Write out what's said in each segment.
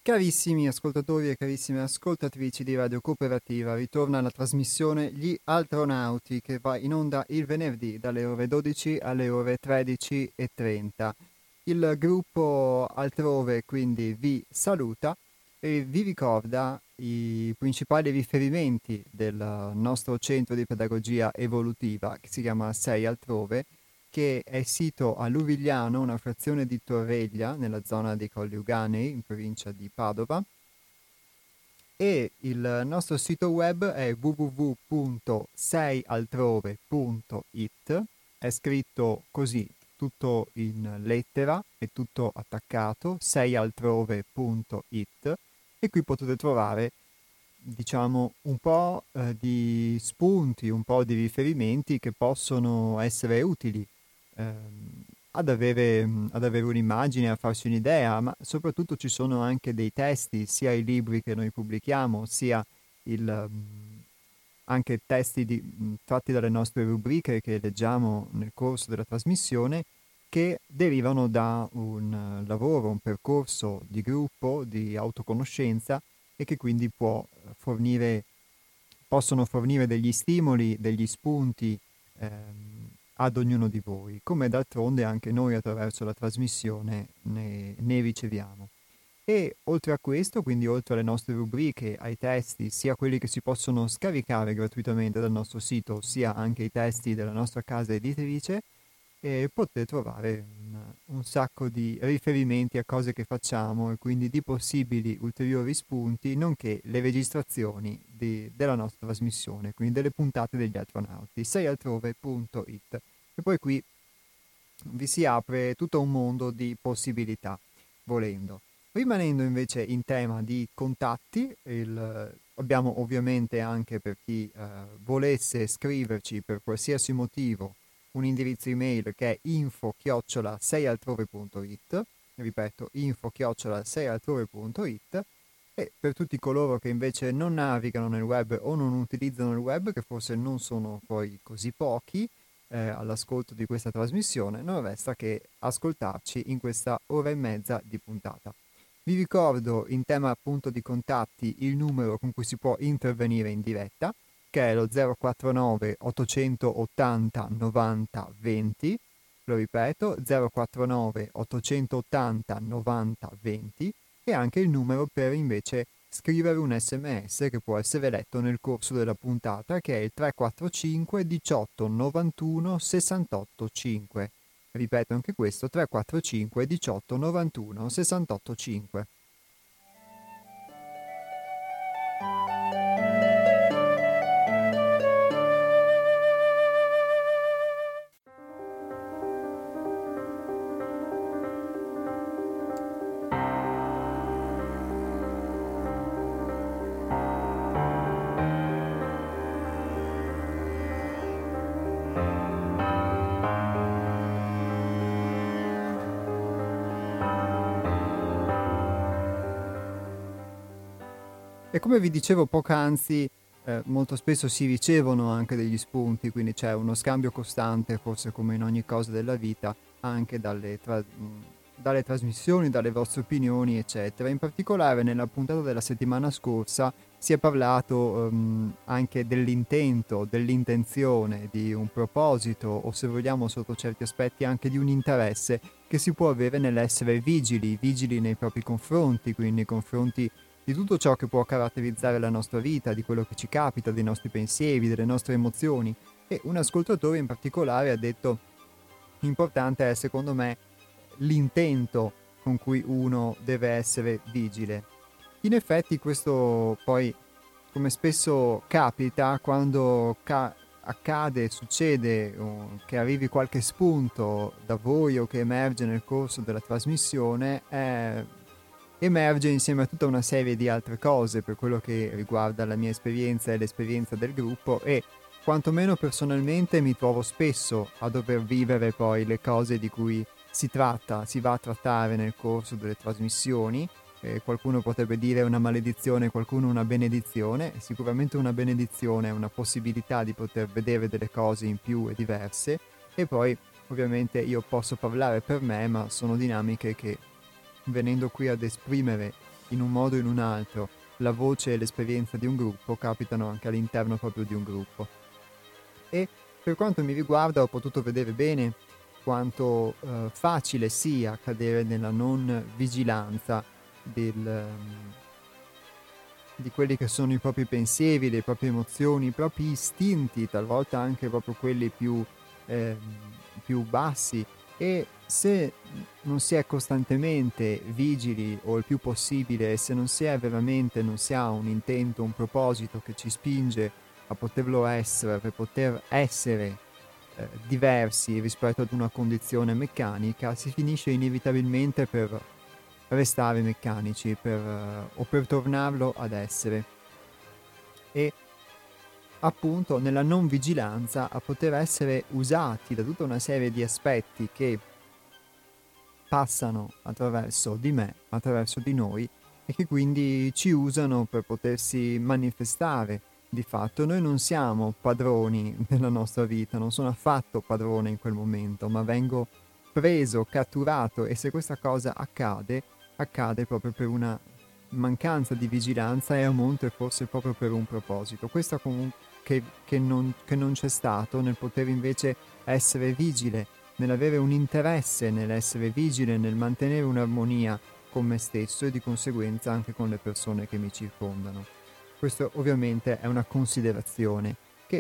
Carissimi ascoltatori e carissime ascoltatrici di Radio Cooperativa, ritorna la trasmissione Gli Altronauti che va in onda il venerdì dalle ore 12 alle ore 13:30. Il gruppo Altrove quindi vi saluta e vi ricorda i principali riferimenti del nostro centro di pedagogia evolutiva che si chiama Sei Altrove, che è sito a Luvigliano, una frazione di Torreglia, nella zona dei Colli Euganei, in provincia di Padova. E il nostro sito web è www.seialtrove.it, è scritto così, tutto in lettera e tutto attaccato, seialtrove.it, e qui potete trovare, diciamo, un po' di spunti, un po' di riferimenti che possono essere utili ad avere un'immagine, a farsi un'idea, ma soprattutto ci sono anche dei testi, sia i libri che noi pubblichiamo, sia anche testi tratti dalle nostre rubriche che leggiamo nel corso della trasmissione, che derivano da un lavoro, un percorso di gruppo, di autoconoscenza e che quindi possono fornire degli stimoli, degli spunti ad ognuno di voi, come d'altronde anche noi attraverso la trasmissione ne riceviamo. E oltre a questo, quindi oltre alle nostre rubriche, ai testi, sia quelli che si possono scaricare gratuitamente dal nostro sito, sia anche i testi della nostra casa editrice, potete trovare un sacco di riferimenti a cose che facciamo e quindi di possibili ulteriori spunti, nonché le registrazioni della nostra trasmissione, quindi delle puntate degli astronauti, seialtrove.it. E poi qui vi si apre tutto un mondo di possibilità, volendo. Rimanendo invece in tema di contatti, abbiamo ovviamente anche per chi volesse scriverci per qualsiasi motivo un indirizzo email che è info@seialtrove.it, ripeto info@seialtrove.it, e per tutti coloro che invece non navigano nel web o non utilizzano il web, che forse non sono poi così pochi all'ascolto di questa trasmissione, non resta che ascoltarci in questa ora e mezza di puntata. Vi ricordo in tema appunto di contatti il numero con cui si può intervenire in diretta, che è lo 049 880 90 20, lo ripeto, 049 880 90 20, e anche il numero per invece scrivere un sms che può essere letto nel corso della puntata, che è il 345 18 91 68 5. Ripeto anche questo, 345 18 91 68 5. E come vi dicevo poc'anzi, molto spesso si ricevono anche degli spunti, quindi c'è uno scambio costante, forse come in ogni cosa della vita, anche dalle trasmissioni, dalle vostre opinioni, eccetera. In particolare nella puntata della settimana scorsa si è parlato anche dell'intento, dell'intenzione, di un proposito, o se vogliamo sotto certi aspetti anche di un interesse che si può avere nell'essere vigili nei propri confronti, quindi nei confronti di tutto ciò che può caratterizzare la nostra vita, di quello che ci capita, dei nostri pensieri, delle nostre emozioni. E un ascoltatore in particolare ha detto: importante è secondo me l'intento con cui uno deve essere vigile. In effetti questo poi, come spesso capita, quando accade, succede che arrivi qualche spunto da voi o che emerge nel corso della trasmissione, emerge insieme a tutta una serie di altre cose per quello che riguarda la mia esperienza e l'esperienza del gruppo, e quantomeno personalmente mi trovo spesso a dover vivere poi le cose di cui si va a trattare nel corso delle trasmissioni. Qualcuno potrebbe dire una maledizione, qualcuno una benedizione. Sicuramente una benedizione è una possibilità di poter vedere delle cose in più e diverse, e poi ovviamente io posso parlare per me, ma sono dinamiche che, venendo qui ad esprimere in un modo o in un altro la voce e l'esperienza di un gruppo, capitano anche all'interno proprio di un gruppo. E per quanto mi riguarda ho potuto vedere bene quanto facile sia cadere nella non vigilanza di quelli che sono i propri pensieri, le proprie emozioni, i propri istinti, talvolta anche proprio quelli ehm, più bassi. E se non si è costantemente vigili o il più possibile, e se non si è veramente, non si ha un intento, un proposito che ci spinge a poterlo essere, per poter essere diversi rispetto ad una condizione meccanica, si finisce inevitabilmente per restare meccanici o per tornarlo ad essere. E appunto nella non vigilanza a poter essere usati da tutta una serie di aspetti che passano attraverso di me, attraverso di noi, e che quindi ci usano per potersi manifestare. Di fatto noi non siamo padroni della nostra vita, non sono affatto padrone in quel momento, ma vengo preso, catturato, e se questa cosa accade, accade proprio per una mancanza di vigilanza, e a monte forse proprio per un proposito. Questo comunque che non c'è stato nel poter invece essere vigile, nell'avere un interesse, nell'essere vigile, nel mantenere un'armonia con me stesso e di conseguenza anche con le persone che mi circondano. Questo ovviamente è una considerazione che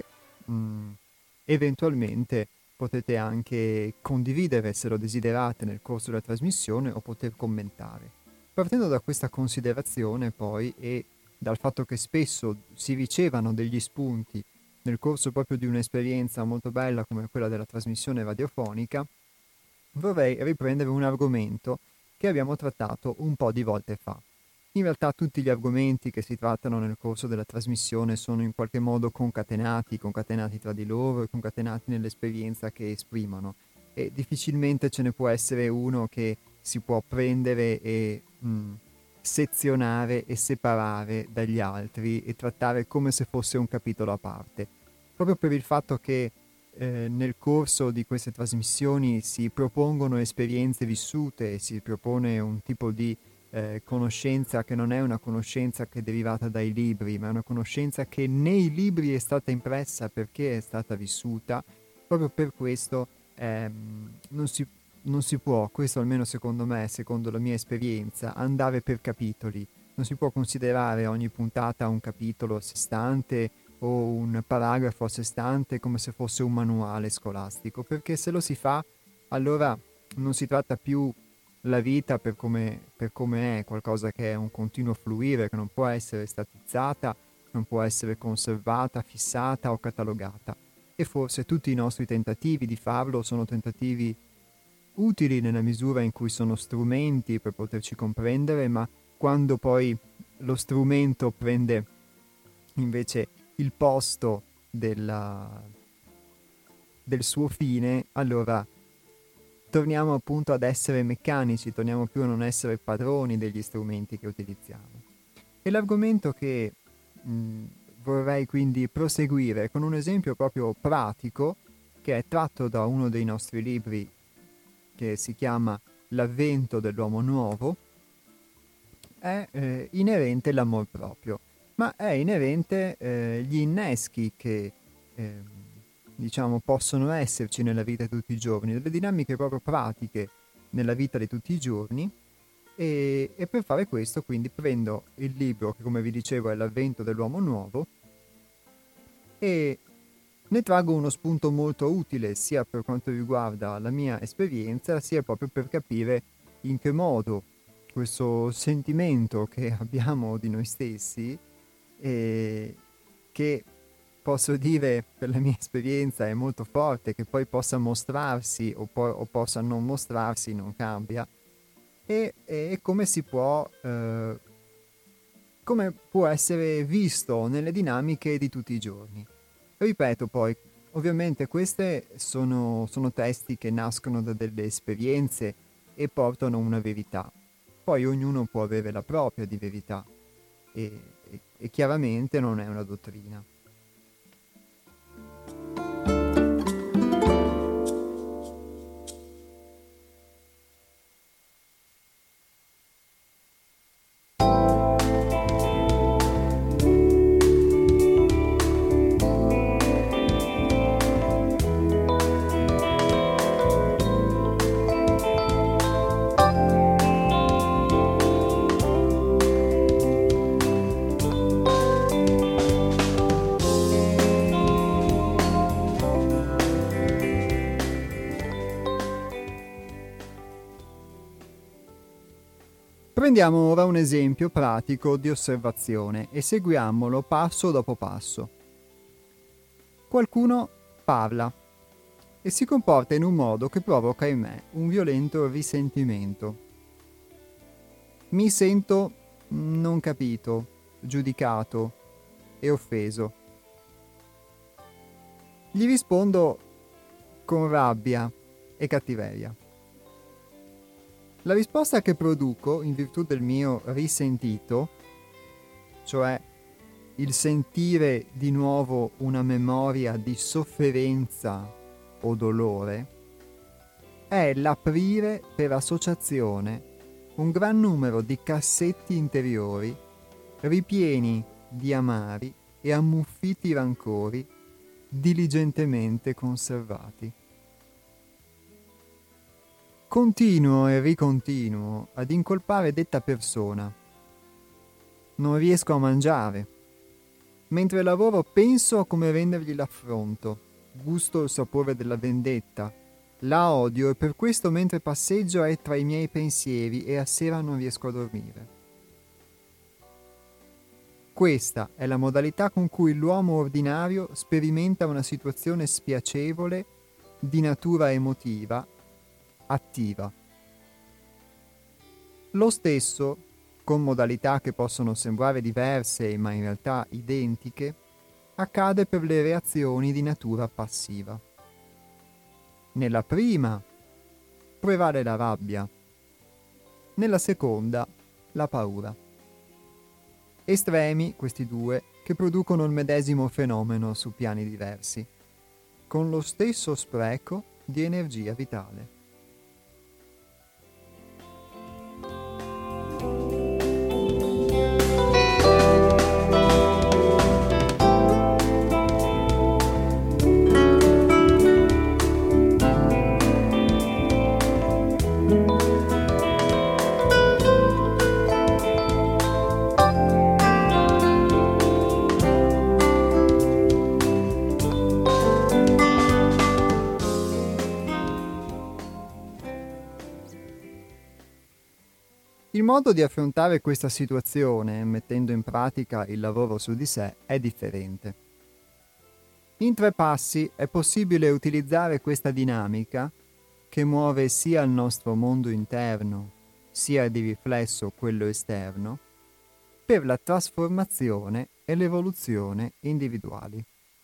eventualmente potete anche condividere se lo desiderate nel corso della trasmissione o poter commentare. Partendo da questa considerazione poi e dal fatto che spesso si ricevano degli spunti nel corso proprio di un'esperienza molto bella come quella della trasmissione radiofonica, vorrei riprendere un argomento che abbiamo trattato un po' di volte fa. In realtà tutti gli argomenti che si trattano nel corso della trasmissione sono in qualche modo concatenati tra di loro e concatenati nell'esperienza che esprimono, e difficilmente ce ne può essere uno che si può prendere e sezionare e separare dagli altri e trattare come se fosse un capitolo a parte, proprio per il fatto che nel corso di queste trasmissioni si propongono esperienze vissute e si propone un tipo di conoscenza che non è una conoscenza che è derivata dai libri, ma è una conoscenza che nei libri è stata impressa perché è stata vissuta. Proprio per questo non si, non si può, questo almeno secondo me, secondo la mia esperienza, andare per capitoli. Non si può considerare ogni puntata un capitolo a sé stante o un paragrafo a sé stante come se fosse un manuale scolastico, perché se lo si fa, allora non si tratta più la vita per come è, qualcosa che è un continuo fluire, che non può essere statizzata, non può essere conservata, fissata o catalogata. E forse tutti i nostri tentativi di farlo sono tentativi utili nella misura in cui sono strumenti per poterci comprendere, ma quando poi lo strumento prende invece il posto del suo fine, allora torniamo appunto ad essere meccanici, torniamo più a non essere padroni degli strumenti che utilizziamo. E l'argomento che vorrei quindi proseguire con un esempio proprio pratico, che è tratto da uno dei nostri libri che si chiama L'avvento dell'uomo nuovo, è inerente l'amor proprio, ma è inerente gli inneschi che diciamo possono esserci nella vita di tutti i giorni, delle dinamiche proprio pratiche nella vita di tutti i giorni, e per fare questo quindi prendo il libro che, come vi dicevo, è L'avvento dell'uomo nuovo, e ne traggo uno spunto molto utile sia per quanto riguarda la mia esperienza, sia proprio per capire in che modo questo sentimento che abbiamo di noi stessi, e che posso dire per la mia esperienza è molto forte, che poi possa mostrarsi o possa non mostrarsi, non cambia, e come può essere visto nelle dinamiche di tutti i giorni. Ripeto poi, ovviamente queste sono testi che nascono da delle esperienze e portano una verità. Poi ognuno può avere la propria di verità e chiaramente non è una dottrina. Prendiamo ora un esempio pratico di osservazione e seguiamolo passo dopo passo. Qualcuno parla e si comporta in un modo che provoca in me un violento risentimento. Mi sento non capito, giudicato e offeso. Gli rispondo con rabbia e cattiveria. La risposta che produco in virtù del mio risentito, cioè il sentire di nuovo una memoria di sofferenza o dolore, è l'aprire per associazione un gran numero di cassetti interiori ripieni di amari e ammuffiti rancori diligentemente conservati. Continuo e ricontinuo ad incolpare detta persona. Non riesco a mangiare. Mentre lavoro penso a come rendergli l'affronto. Gusto il sapore della vendetta. La odio e per questo mentre passeggio è tra i miei pensieri e a sera non riesco a dormire. Questa è la modalità con cui l'uomo ordinario sperimenta una situazione spiacevole di natura emotiva attiva. Lo stesso, con modalità che possono sembrare diverse ma in realtà identiche, accade per le reazioni di natura passiva. Nella prima prevale la rabbia, nella seconda la paura. Estremi, questi due, che producono il medesimo fenomeno su piani diversi, con lo stesso spreco di energia vitale. Il modo di affrontare questa situazione, mettendo in pratica il lavoro su di sé, è differente. In 3 passi è possibile utilizzare questa dinamica, che muove sia il nostro mondo interno, sia di riflesso quello esterno, per la trasformazione e l'evoluzione individuali.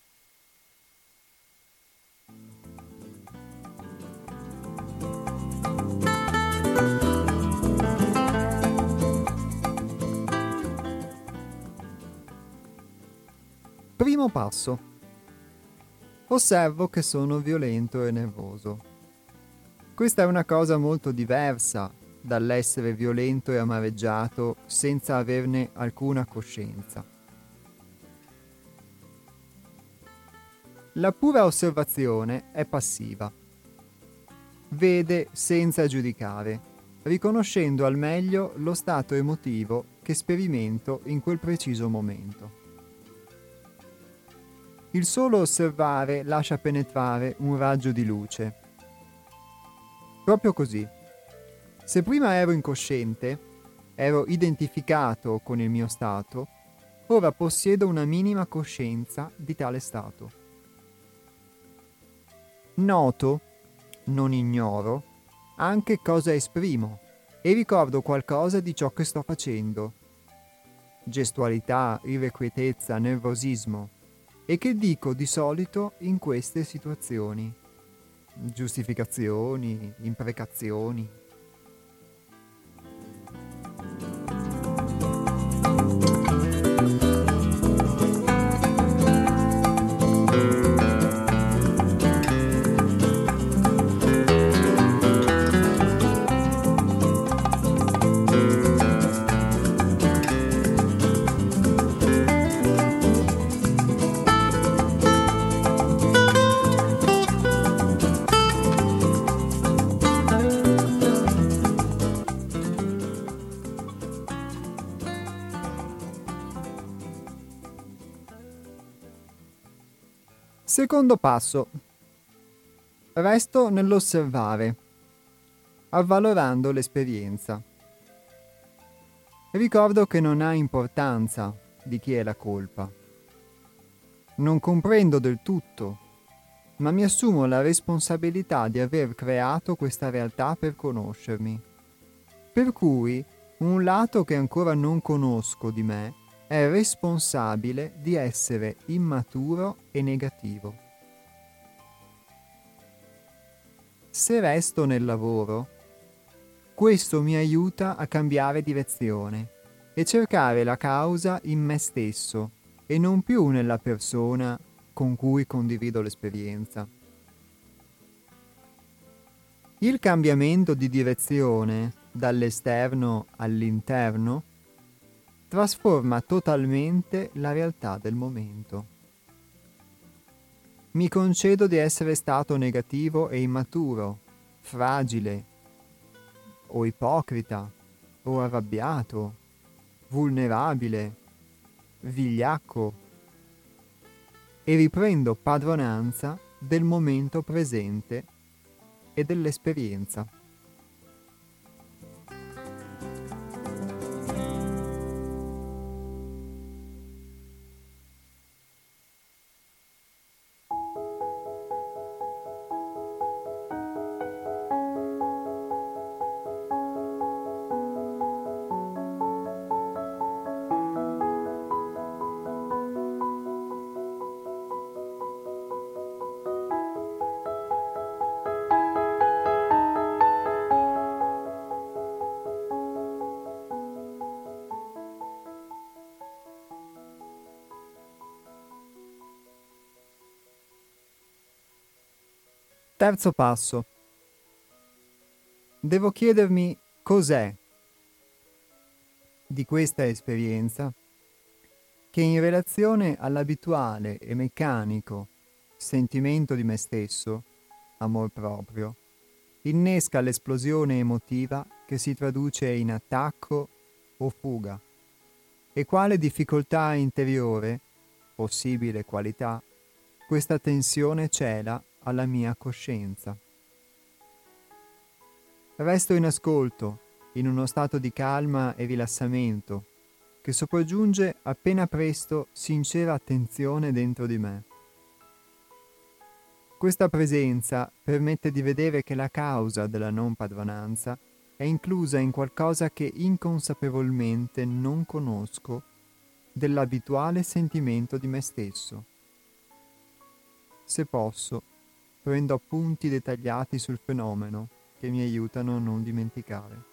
Primo passo. Osservo che sono violento e nervoso. Questa è una cosa molto diversa dall'essere violento e amareggiato senza averne alcuna coscienza. La pura osservazione è passiva. Vede senza giudicare, riconoscendo al meglio lo stato emotivo che sperimento in quel preciso momento. Il solo osservare lascia penetrare un raggio di luce. Proprio così. Se prima ero incosciente, ero identificato con il mio stato, ora possiedo una minima coscienza di tale stato. Noto, non ignoro, anche cosa esprimo e ricordo qualcosa di ciò che sto facendo. Gestualità, irrequietezza, nervosismo. E che dico di solito in queste situazioni? Giustificazioni, imprecazioni. Secondo passo. Resto nell'osservare, avvalorando l'esperienza. Ricordo che non ha importanza di chi è la colpa. Non comprendo del tutto, ma mi assumo la responsabilità di aver creato questa realtà per conoscermi. Per cui un lato che ancora non conosco di me è responsabile di essere immaturo e negativo. Se resto nel lavoro, questo mi aiuta a cambiare direzione e cercare la causa in me stesso e non più nella persona con cui condivido l'esperienza. Il cambiamento di direzione dall'esterno all'interno trasforma totalmente la realtà del momento. Mi concedo di essere stato negativo e immaturo, fragile o ipocrita o arrabbiato, vulnerabile, vigliacco e riprendo padronanza del momento presente e dell'esperienza. Terzo passo. Devo chiedermi cos'è di questa esperienza che in relazione all'abituale e meccanico sentimento di me stesso, amor proprio, innesca l'esplosione emotiva che si traduce in attacco o fuga, e quale difficoltà interiore, possibile qualità, questa tensione cela alla mia coscienza. Resto in ascolto, in uno stato di calma e rilassamento, che sopraggiunge appena presto sincera attenzione dentro di me. Questa presenza permette di vedere che la causa della non padronanza è inclusa in qualcosa che inconsapevolmente non conosco dell'abituale sentimento di me stesso. Se posso, prendo appunti dettagliati sul fenomeno che mi aiutano a non dimenticare.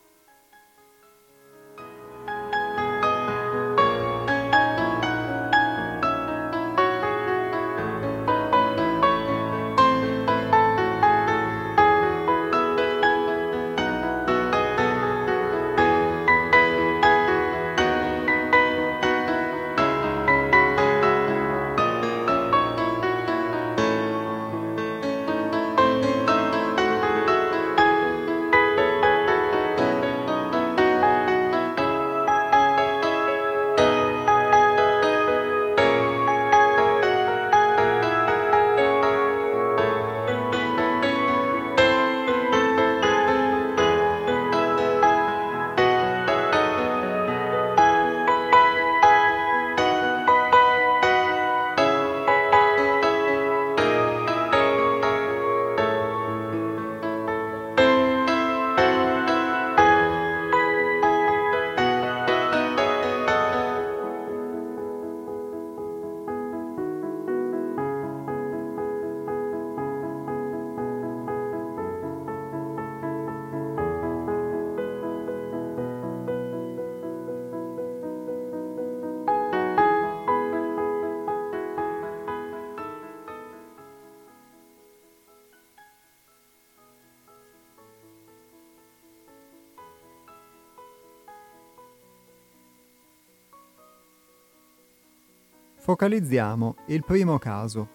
Focalizziamo il primo caso.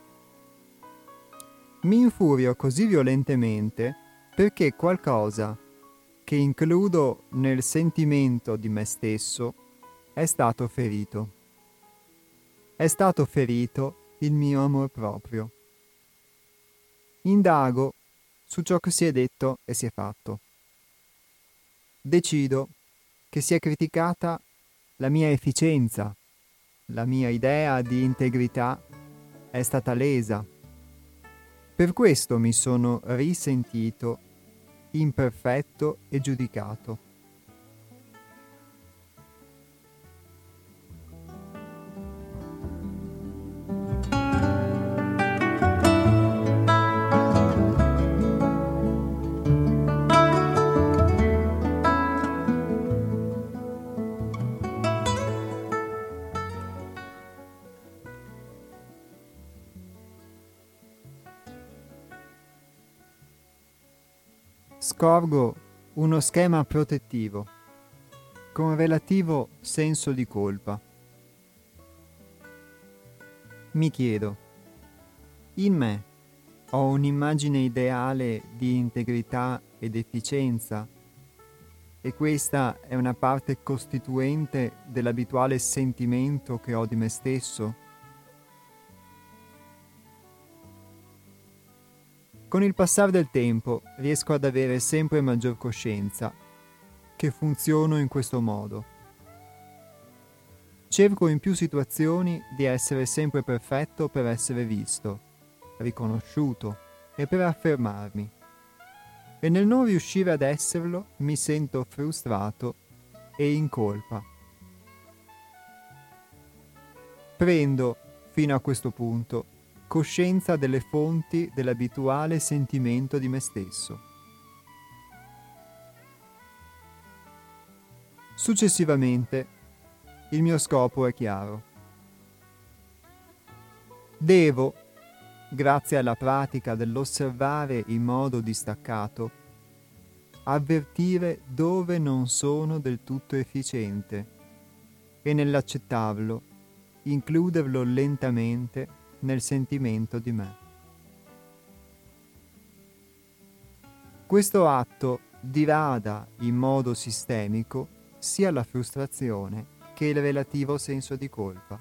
Mi infurio così violentemente perché qualcosa che includo nel sentimento di me stesso è stato ferito. È stato ferito il mio amor proprio. Indago su ciò che si è detto e si è fatto. Decido che si è criticata la mia efficienza, la mia idea di integrità è stata lesa. Per questo mi sono risentito imperfetto e giudicato. Scorgo uno schema protettivo con relativo senso di colpa. Mi chiedo, in me ho un'immagine ideale di integrità ed efficienza e questa è una parte costituente dell'abituale sentimento che ho di me stesso? Con il passare del tempo riesco ad avere sempre maggior coscienza che funziono in questo modo. Cerco in più situazioni di essere sempre perfetto per essere visto, riconosciuto e per affermarmi. E nel non riuscire ad esserlo mi sento frustrato e in colpa. Prendo, fino a questo punto, coscienza delle fonti dell'abituale sentimento di me stesso. Successivamente, il mio scopo è chiaro. Devo, grazie alla pratica dell'osservare in modo distaccato, avvertire dove non sono del tutto efficiente e nell'accettarlo, includerlo lentamente nel sentimento di me. Questo atto dirada in modo sistemico sia la frustrazione che il relativo senso di colpa.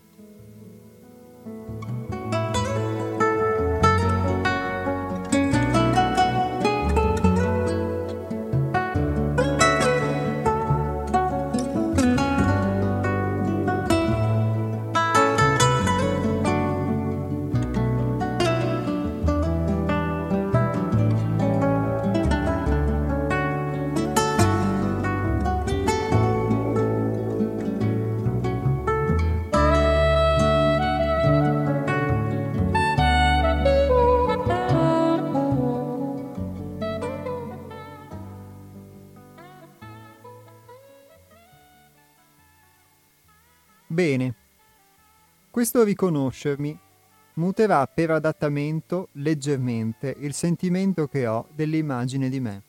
Bene, questo riconoscermi muterà per adattamento leggermente il sentimento che ho dell'immagine di me.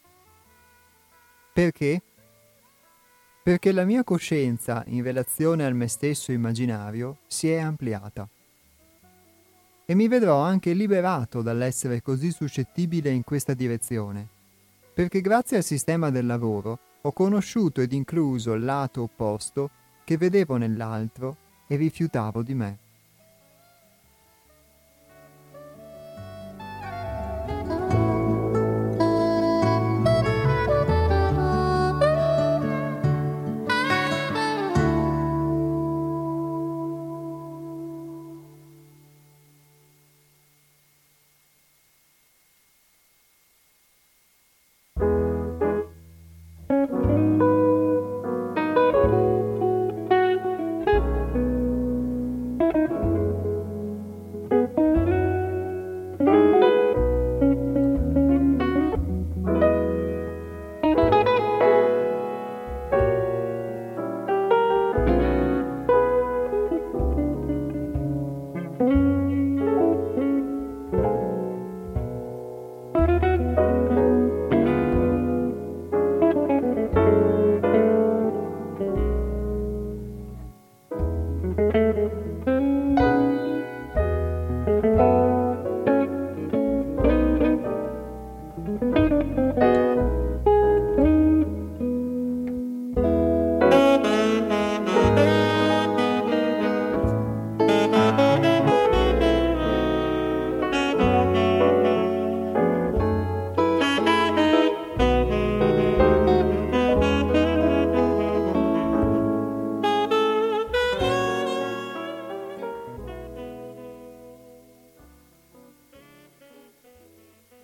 Perché? Perché la mia coscienza in relazione al me stesso immaginario si è ampliata. E mi vedrò anche liberato dall'essere così suscettibile in questa direzione, perché grazie al sistema del lavoro ho conosciuto ed incluso il lato opposto che vedevo nell'altro e rifiutavo di me.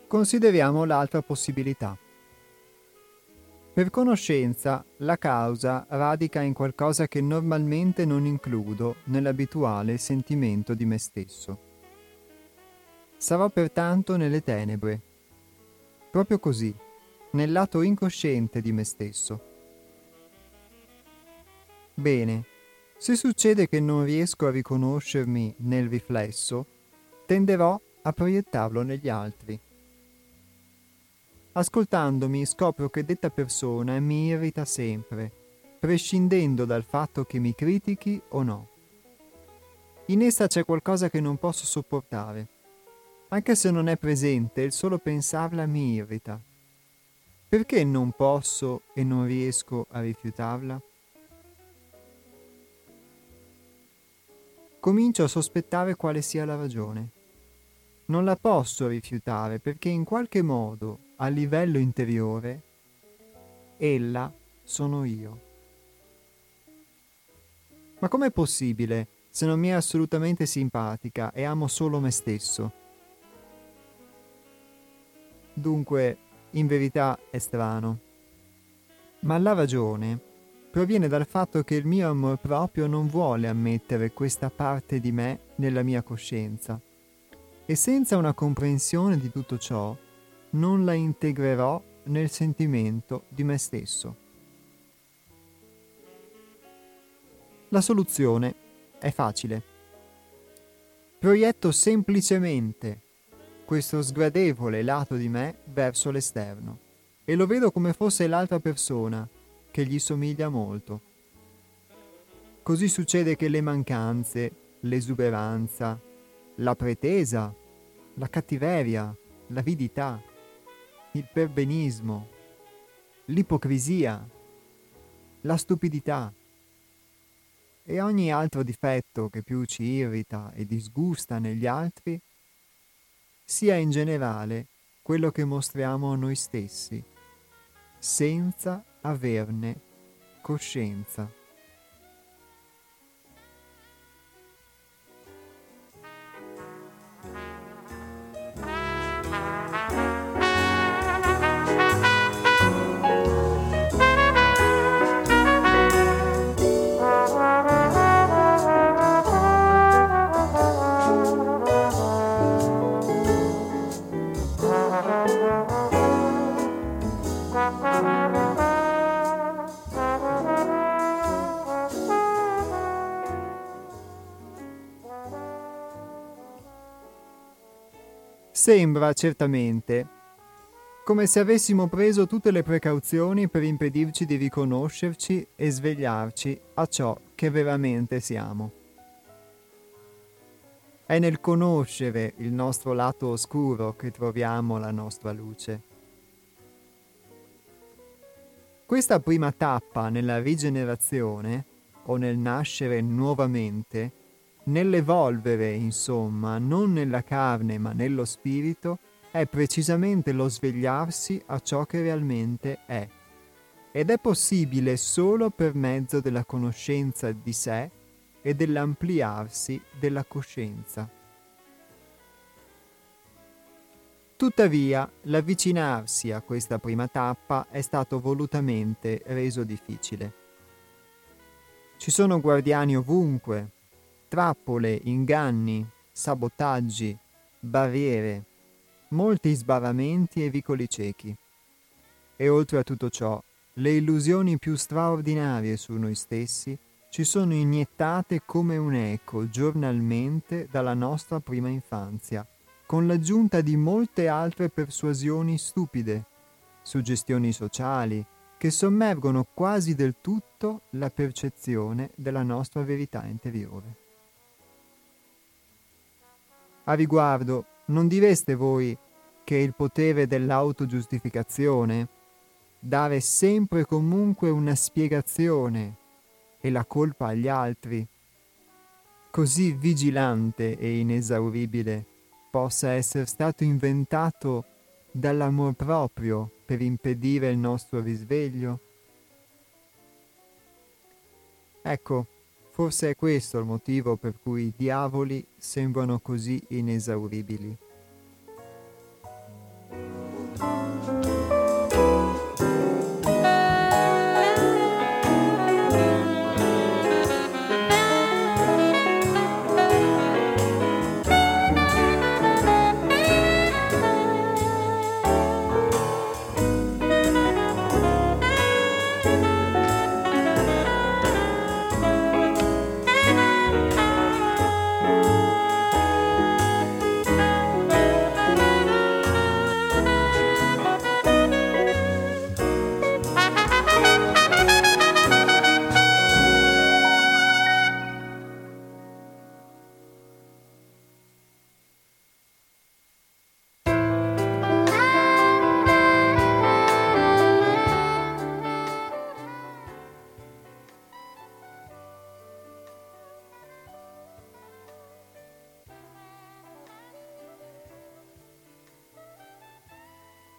Consideriamo l'altra possibilità. Per conoscenza, la causa radica in qualcosa che normalmente non includo nell'abituale sentimento di me stesso. Sarò pertanto nelle tenebre, proprio così, nel lato incosciente di me stesso. Bene, se succede che non riesco a riconoscermi nel riflesso, tenderò a proiettarlo negli altri. Ascoltandomi scopro che detta persona mi irrita sempre, prescindendo dal fatto che mi critichi o no. In essa c'è qualcosa che non posso sopportare. Anche se non è presente, il solo pensarla mi irrita. Perché non posso e non riesco a rifiutarla? Comincio a sospettare quale sia la ragione. Non la posso rifiutare perché in qualche modo, a livello interiore, ella sono io. Ma com'è possibile se non mi è assolutamente simpatica e amo solo me stesso? Dunque, in verità è strano. Ma la ragione proviene dal fatto che il mio amor proprio non vuole ammettere questa parte di me nella mia coscienza. E senza una comprensione di tutto ciò, non la integrerò nel sentimento di me stesso. La soluzione è facile. Proietto semplicemente questo sgradevole lato di me verso l'esterno e lo vedo come fosse l'altra persona che gli somiglia molto. Così succede che le mancanze, l'esuberanza, la pretesa, la cattiveria, l'avidità, il perbenismo, l'ipocrisia, la stupidità e ogni altro difetto che più ci irrita e disgusta negli altri sia in generale quello che mostriamo a noi stessi, senza averne coscienza. Sembra certamente come se avessimo preso tutte le precauzioni per impedirci di riconoscerci e svegliarci a ciò che veramente siamo. È nel conoscere il nostro lato oscuro che troviamo la nostra luce. Questa prima tappa nella rigenerazione, o nel nascere nuovamente, nell'evolvere, insomma, non nella carne ma nello spirito, è precisamente lo svegliarsi a ciò che realmente è. Ed è possibile solo per mezzo della conoscenza di sé e dell'ampliarsi della coscienza. Tuttavia, l'avvicinarsi a questa prima tappa è stato volutamente reso difficile. Ci sono guardiani ovunque, trappole, inganni, sabotaggi, barriere, molti sbarramenti e vicoli ciechi. E oltre a tutto ciò, le illusioni più straordinarie su noi stessi ci sono iniettate come un eco giornalmente dalla nostra prima infanzia, con l'aggiunta di molte altre persuasioni stupide, suggestioni sociali, che sommergono quasi del tutto la percezione della nostra verità interiore. A riguardo, non direste voi che il potere dell'autogiustificazione, dare sempre e comunque una spiegazione e la colpa agli altri, così vigilante e inesauribile, possa essere stato inventato dall'amor proprio per impedire il nostro risveglio? Ecco, forse è questo il motivo per cui i diavoli sembrano così inesauribili.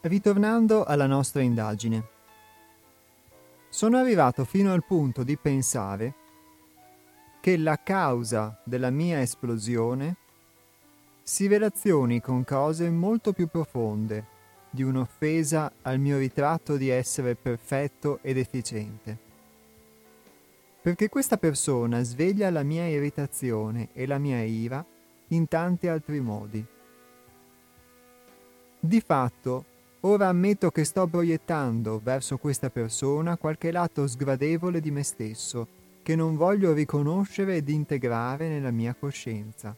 Ritornando alla nostra indagine, sono arrivato fino al punto di pensare che la causa della mia esplosione si relazioni con cose molto più profonde di un'offesa al mio ritratto di essere perfetto ed efficiente. Perché questa persona sveglia la mia irritazione e la mia ira in tanti altri modi. Di fatto, ora ammetto che sto proiettando verso questa persona qualche lato sgradevole di me stesso che non voglio riconoscere ed integrare nella mia coscienza.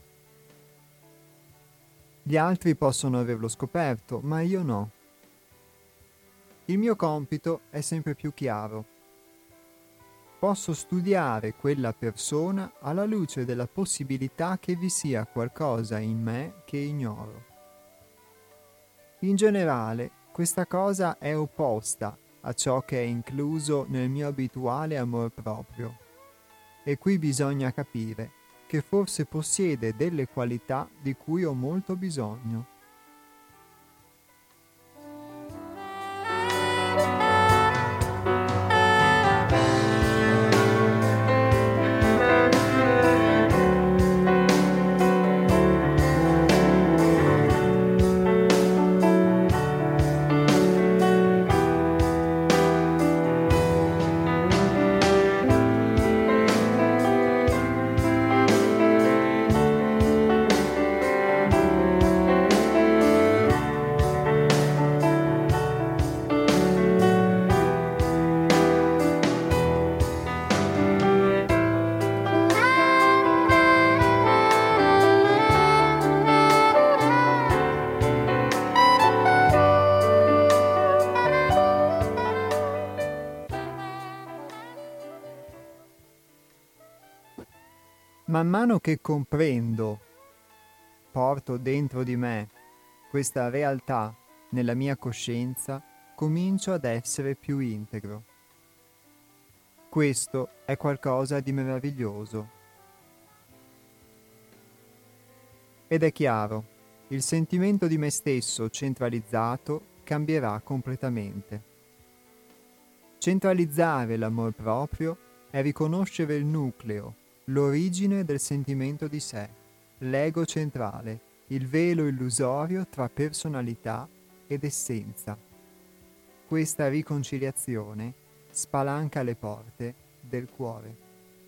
Gli altri possono averlo scoperto, ma io no. Il mio compito è sempre più chiaro. Posso studiare quella persona alla luce della possibilità che vi sia qualcosa in me che ignoro. In generale, questa cosa è opposta a ciò che è incluso nel mio abituale amor proprio. E qui bisogna capire che forse possiede delle qualità di cui ho molto bisogno. Man mano che comprendo, porto dentro di me questa realtà nella mia coscienza, comincio ad essere più integro. Questo è qualcosa di meraviglioso. Ed è chiaro, il sentimento di me stesso centralizzato cambierà completamente. Centralizzare l'amor proprio è riconoscere il nucleo, l'origine del sentimento di sé, l'ego centrale, il velo illusorio tra personalità ed essenza. Questa riconciliazione spalanca le porte del cuore.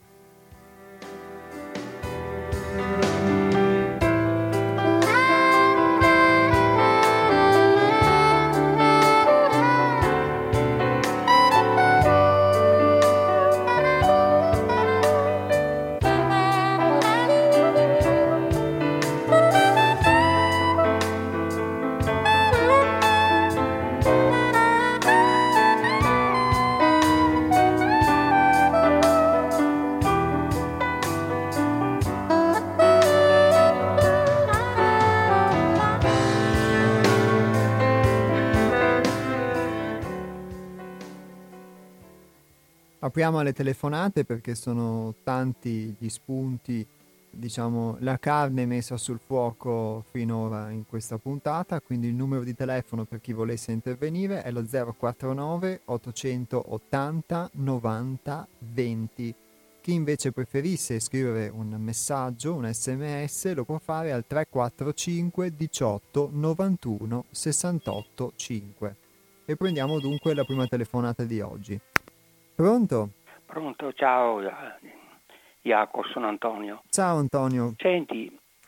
Apriamo alle telefonate perché sono tanti gli spunti, diciamo, la carne messa sul fuoco finora in questa puntata, quindi il numero di telefono per chi volesse intervenire è lo 049 880 90 20. Chi invece preferisse scrivere un messaggio, un SMS, lo può fare al 345 18 91 68 5. E prendiamo dunque la prima telefonata di oggi. Pronto? Pronto, ciao Jacopo, sono Antonio. Ciao Antonio. Senti,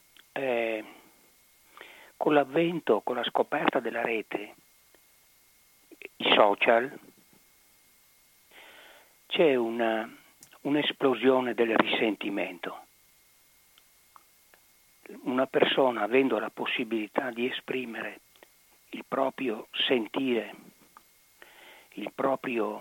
con l'avvento, con la scoperta della rete, i social, c'è un'esplosione del risentimento. Una persona, avendo la possibilità di esprimere il proprio sentire, il proprio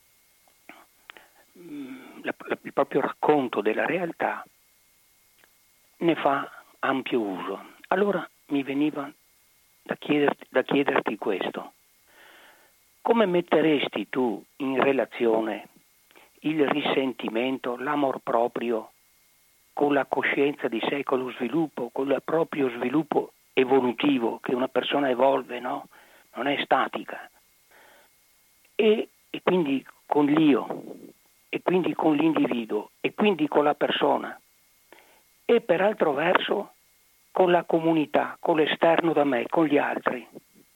racconto della realtà, ne fa ampio uso. Allora mi veniva da chiederti questo: come metteresti tu in relazione il risentimento, l'amor proprio con la coscienza di sé, con lo sviluppo, con il proprio sviluppo evolutivo che una persona evolve, no? non è statica. E quindi con l'io, e quindi con l'individuo, e quindi con la persona, e per altro verso con la comunità, con l'esterno da me, con gli altri.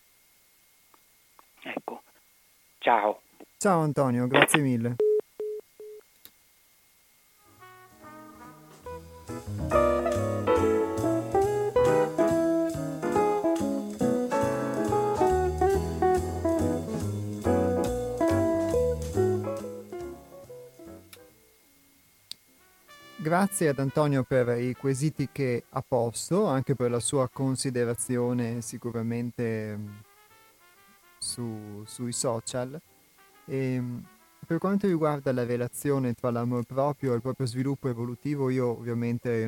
Ecco, ciao. Ciao Antonio, grazie mille. Grazie ad Antonio per i quesiti che ha posto, anche per la sua considerazione sicuramente sui social. E, per quanto riguarda la relazione tra l'amor proprio e il proprio sviluppo evolutivo, io ovviamente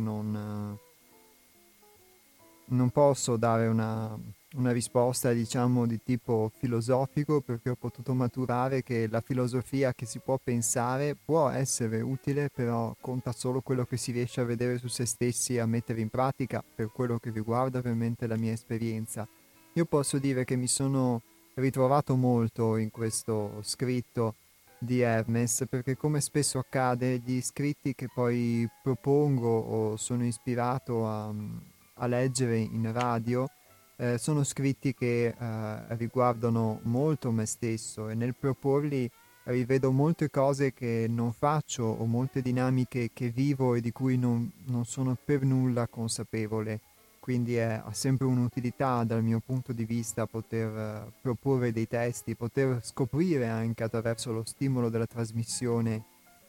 non posso dare una risposta, diciamo, di tipo filosofico, perché ho potuto maturare che la filosofia che si può pensare può essere utile, però conta solo quello che si riesce a vedere su se stessi e a mettere in pratica, per quello che riguarda ovviamente la mia esperienza. Io posso dire che mi sono ritrovato molto in questo scritto di Hermes, perché come spesso accade, gli scritti che poi propongo o sono ispirato a leggere in radio sono scritti che riguardano molto me stesso, e nel proporli rivedo molte cose che non faccio o molte dinamiche che vivo e di cui non sono per nulla consapevole. Quindi ha sempre un'utilità dal mio punto di vista poter proporre dei testi, poter scoprire anche attraverso lo stimolo della trasmissione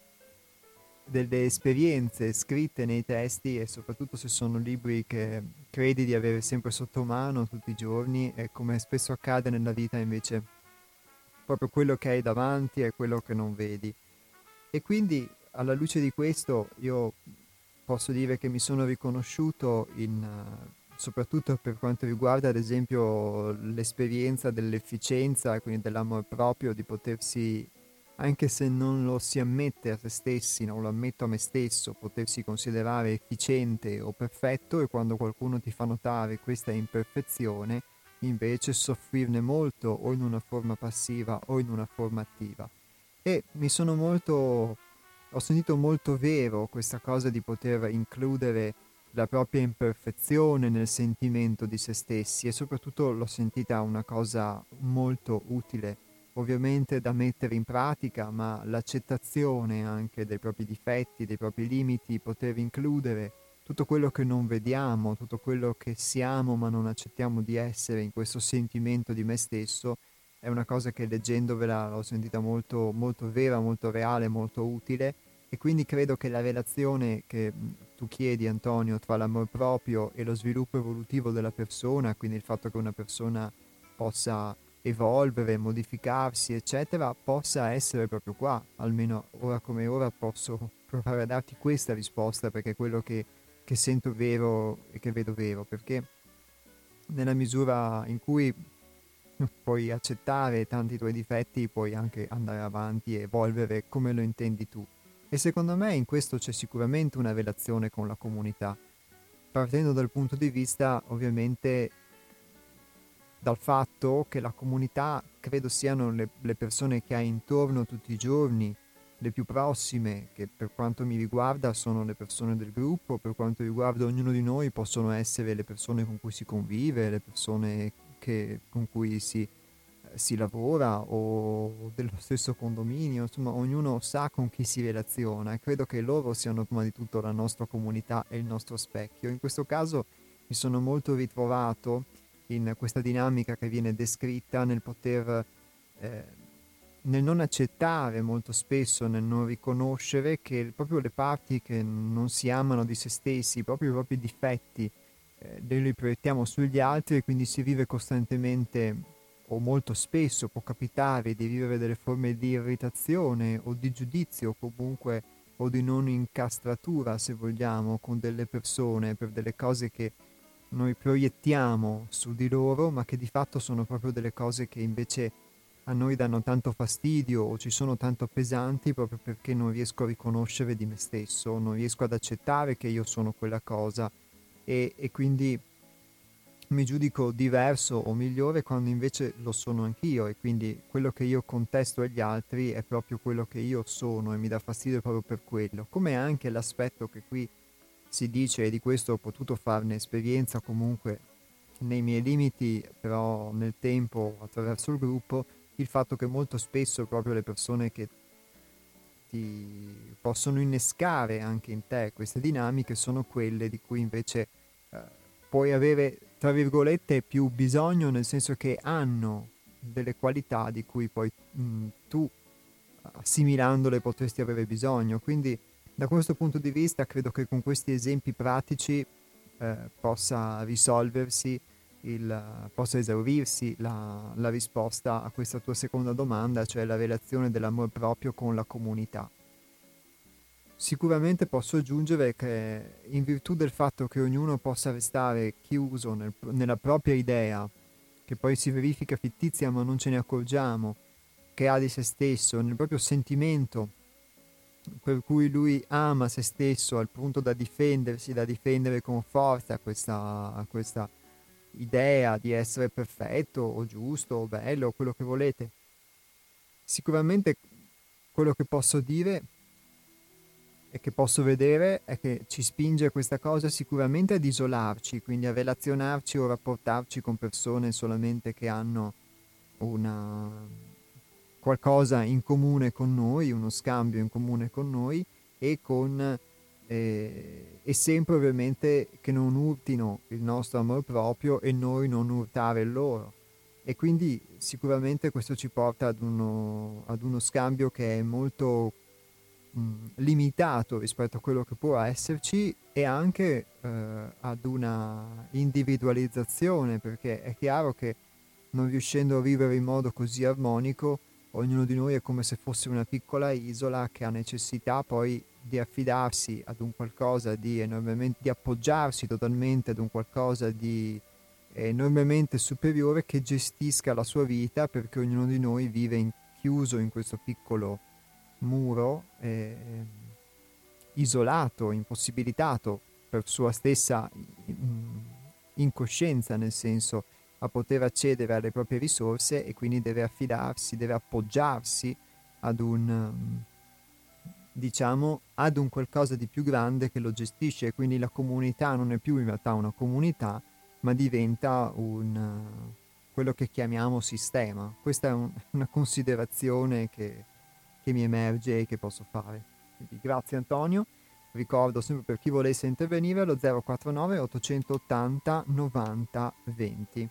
delle esperienze scritte nei testi, e soprattutto se sono libri che credi di avere sempre sotto mano tutti i giorni, e come spesso accade nella vita invece proprio quello che hai davanti è quello che non vedi. E quindi alla luce di questo io posso dire che mi sono riconosciuto soprattutto per quanto riguarda ad esempio l'esperienza dell'efficienza e quindi dell'amor proprio, di potersi, anche se non lo si ammette a se stessi, non lo ammetto a me stesso, potersi considerare efficiente o perfetto, e quando qualcuno ti fa notare questa imperfezione invece soffrirne molto, o in una forma passiva o in una forma attiva. E ho sentito molto vero questa cosa di poter includere la propria imperfezione nel sentimento di se stessi, e soprattutto l'ho sentita una cosa molto utile, ovviamente da mettere in pratica, ma l'accettazione anche dei propri difetti, dei propri limiti, poter includere tutto quello che non vediamo, tutto quello che siamo ma non accettiamo di essere in questo sentimento di me stesso, è una cosa che leggendovela l'ho sentita molto, molto vera, molto reale, molto utile. E quindi credo che la relazione che tu chiedi, Antonio, tra l'amor proprio e lo sviluppo evolutivo della persona, quindi il fatto che una persona possa evolvere, modificarsi, eccetera, possa essere proprio qua. Almeno ora come ora posso provare a darti questa risposta, perché è quello che sento vero e che vedo vero, perché nella misura in cui puoi accettare tanti tuoi difetti, puoi anche andare avanti e evolvere come lo intendi tu. E secondo me in questo c'è sicuramente una relazione con la comunità, partendo dal punto di vista ovviamente dal fatto che la comunità credo siano le persone che hai intorno tutti i giorni, le più prossime, che per quanto mi riguarda sono le persone del gruppo, per quanto riguarda ognuno di noi possono essere le persone con cui si convive, le persone con cui si lavora, o dello stesso condominio, insomma ognuno sa con chi si relaziona, e credo che loro siano prima di tutto la nostra comunità e il nostro specchio. In questo caso mi sono molto ritrovato in questa dinamica che viene descritta, nel poter, nel non accettare molto spesso, nel non riconoscere che proprio le parti che non si amano di se stessi, proprio i propri difetti, li proiettiamo sugli altri, e quindi si vive costantemente, o molto spesso può capitare di vivere delle forme di irritazione o di giudizio, comunque, o di non incastratura, se vogliamo, con delle persone per delle cose che noi proiettiamo su di loro, ma che di fatto sono proprio delle cose che invece a noi danno tanto fastidio o ci sono tanto pesanti, proprio perché non riesco a riconoscere di me stesso, non riesco ad accettare che io sono quella cosa, e quindi mi giudico diverso o migliore quando invece lo sono anch'io, e quindi quello che io contesto agli altri è proprio quello che io sono e mi dà fastidio proprio per quello. Come anche l'aspetto che qui si dice, e di questo ho potuto farne esperienza comunque nei miei limiti, però nel tempo attraverso il gruppo, il fatto che molto spesso proprio le persone che ti possono innescare anche in te queste dinamiche sono quelle di cui invece eh, puoi avere, tra virgolette, più bisogno, nel senso che hanno delle qualità di cui poi tu, assimilandole, potresti avere bisogno. Quindi da questo punto di vista credo che con questi esempi pratici possa risolversi possa esaurirsi la risposta a questa tua seconda domanda, cioè la relazione dell'amor proprio con la comunità. Sicuramente posso aggiungere che in virtù del fatto che ognuno possa restare chiuso nella propria idea, che poi si verifica fittizia ma non ce ne accorgiamo, che ha di se stesso, nel proprio sentimento per cui lui ama se stesso al punto da difendersi, da difendere con forza questa idea di essere perfetto o giusto o bello o quello che volete. Sicuramente quello che posso dire e che posso vedere è che ci spinge questa cosa sicuramente ad isolarci, quindi a relazionarci o rapportarci con persone solamente che hanno una qualcosa in comune con noi, uno scambio in comune con noi, e sempre ovviamente che non urtino il nostro amor proprio e noi non urtare il loro. E quindi sicuramente questo ci porta ad uno scambio che è molto limitato rispetto a quello che può esserci, e anche ad una individualizzazione, perché è chiaro che non riuscendo a vivere in modo così armonico, ognuno di noi è come se fosse una piccola isola che ha necessità poi di affidarsi ad un qualcosa di enormemente, di appoggiarsi totalmente ad un qualcosa di enormemente superiore che gestisca la sua vita, perché ognuno di noi vive chiuso in questo piccolo muro, isolato, impossibilitato per sua stessa incoscienza, nel senso a poter accedere alle proprie risorse, e quindi deve affidarsi, deve appoggiarsi ad diciamo, ad un qualcosa di più grande che lo gestisce, e quindi la comunità non è più in realtà una comunità, ma diventa quello che chiamiamo sistema. Questa è una considerazione che mi emerge e che posso fare. Quindi grazie Antonio. Ricordo sempre per chi volesse intervenire lo 049 880 90 20.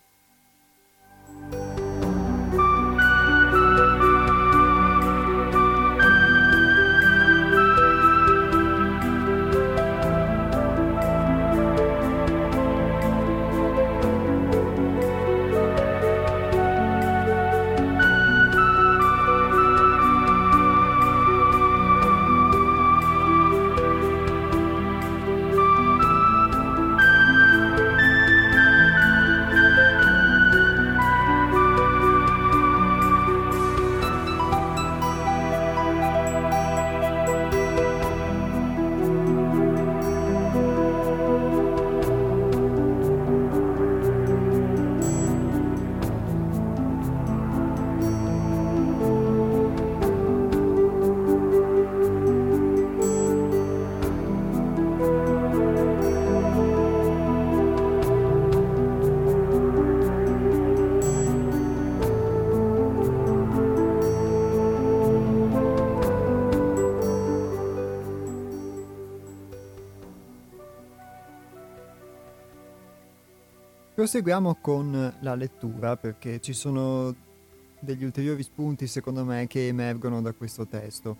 Proseguiamo con la lettura, perché ci sono degli ulteriori spunti secondo me che emergono da questo testo.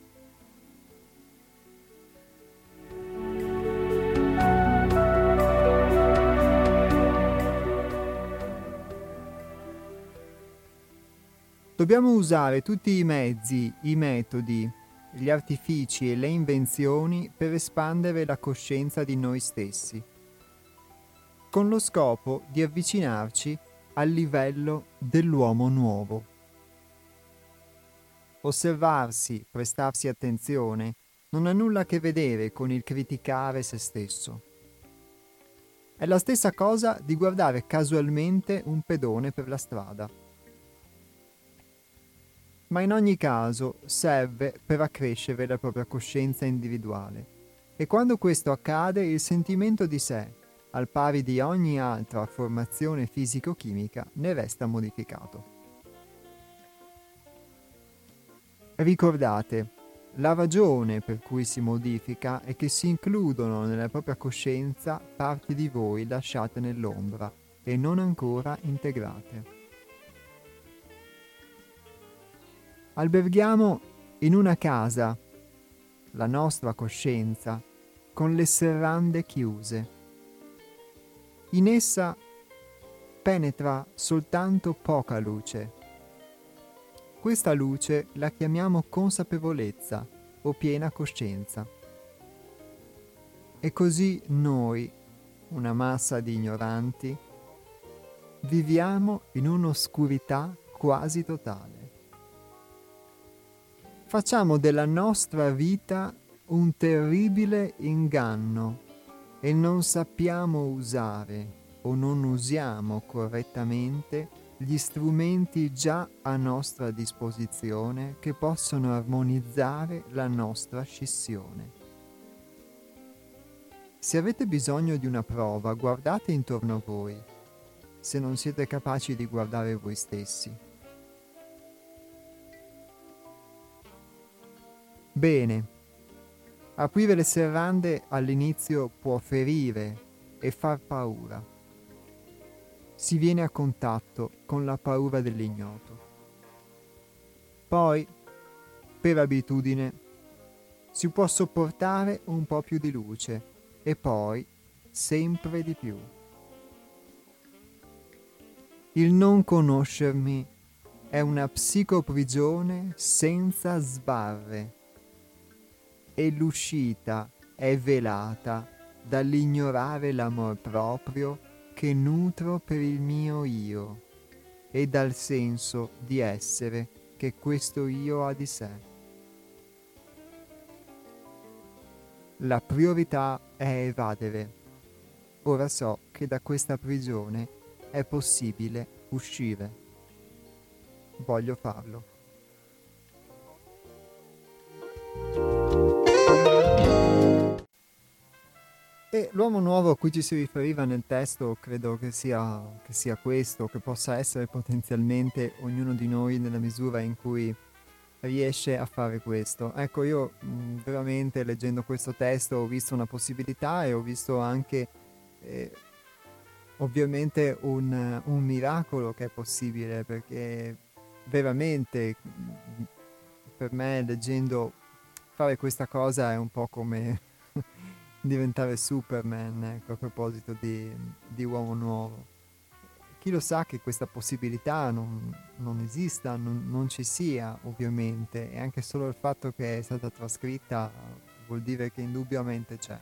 Dobbiamo usare tutti i mezzi, i metodi, gli artifici e le invenzioni per espandere la coscienza di noi stessi, con lo scopo di avvicinarci al livello dell'uomo nuovo. Osservarsi, prestarsi attenzione, non ha nulla a che vedere con il criticare se stesso. È la stessa cosa di guardare casualmente un pedone per la strada. Ma in ogni caso serve per accrescere la propria coscienza individuale. E quando questo accade, il sentimento di sé, al pari di ogni altra formazione fisico-chimica, ne resta modificato. Ricordate, la ragione per cui si modifica è che si includono nella propria coscienza parti di voi lasciate nell'ombra e non ancora integrate. Alberghiamo in una casa la nostra coscienza con le serrande chiuse. In essa penetra soltanto poca luce. Questa luce la chiamiamo consapevolezza o piena coscienza. E così noi, una massa di ignoranti, viviamo in un'oscurità quasi totale. Facciamo della nostra vita un terribile inganno e non sappiamo usare o non usiamo correttamente gli strumenti già a nostra disposizione che possono armonizzare la nostra scissione. Se avete bisogno di una prova, guardate intorno a voi, se non siete capaci di guardare voi stessi. Bene, aprire le serrande all'inizio può ferire e far paura. Si viene a contatto con la paura dell'ignoto. Poi, per abitudine, si può sopportare un po' più di luce e poi sempre di più. Il non conoscermi è una psicoprigione senza sbarre e l'uscita è velata dall'ignorare l'amor proprio che nutro per il mio io e dal senso di essere che questo io ha di sé. La priorità è evadere. Ora so che da questa prigione è possibile uscire. Voglio farlo. E l'uomo nuovo a cui ci si riferiva nel testo credo che sia questo, che possa essere potenzialmente ognuno di noi nella misura in cui riesce a fare questo. Ecco, io veramente leggendo questo testo ho visto una possibilità e ho visto anche ovviamente un miracolo che è possibile, perché veramente per me leggendo fare questa cosa è un po' come diventare Superman, ecco, a proposito di Uomo Nuovo. Chi lo sa che questa possibilità non esista, non ci sia ovviamente, e anche solo il fatto che è stata trascritta vuol dire che indubbiamente c'è.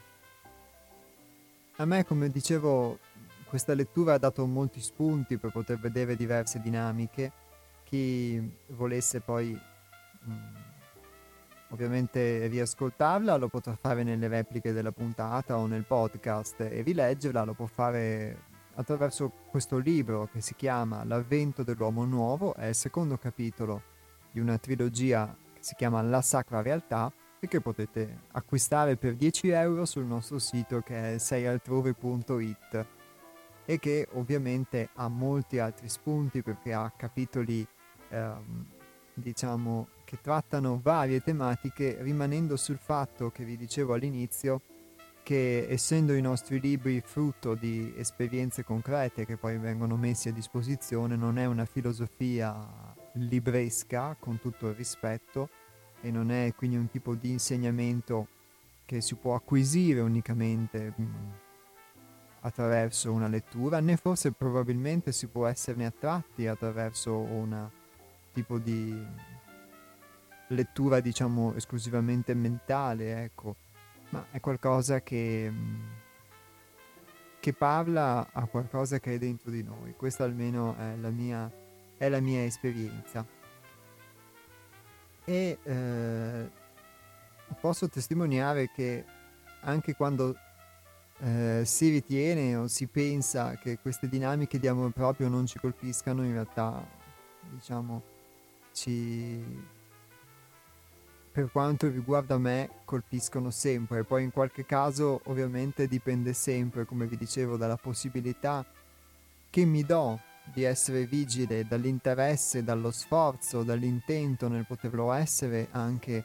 A me, come dicevo, questa lettura ha dato molti spunti per poter vedere diverse dinamiche. Chi volesse poi ovviamente riascoltarla lo potrà fare nelle repliche della puntata o nel podcast, e rileggerla lo può fare attraverso questo libro che si chiama L'avvento dell'uomo nuovo. È il secondo capitolo di una trilogia che si chiama La Sacra Realtà e che potete acquistare per 10 euro sul nostro sito, che è seialtrove.it, e che ovviamente ha molti altri spunti perché ha capitoli diciamo che trattano varie tematiche, rimanendo sul fatto che vi dicevo all'inizio, che essendo i nostri libri frutto di esperienze concrete che poi vengono messi a disposizione, non è una filosofia libresca, con tutto il rispetto, e non è quindi un tipo di insegnamento che si può acquisire unicamente attraverso una lettura, né forse probabilmente si può esserne attratti attraverso una tipo di lettura, diciamo, esclusivamente mentale, ecco, ma è qualcosa che parla a qualcosa che è dentro di noi. Questa almeno è la mia esperienza. E posso testimoniare che anche quando si ritiene o si pensa che queste dinamiche di amor proprio non ci colpiscano, in realtà, diciamo, per quanto riguarda me, colpiscono sempre. Poi in qualche caso ovviamente dipende sempre, come vi dicevo, dalla possibilità che mi do di essere vigile, dall'interesse, dallo sforzo, dall'intento nel poterlo essere, anche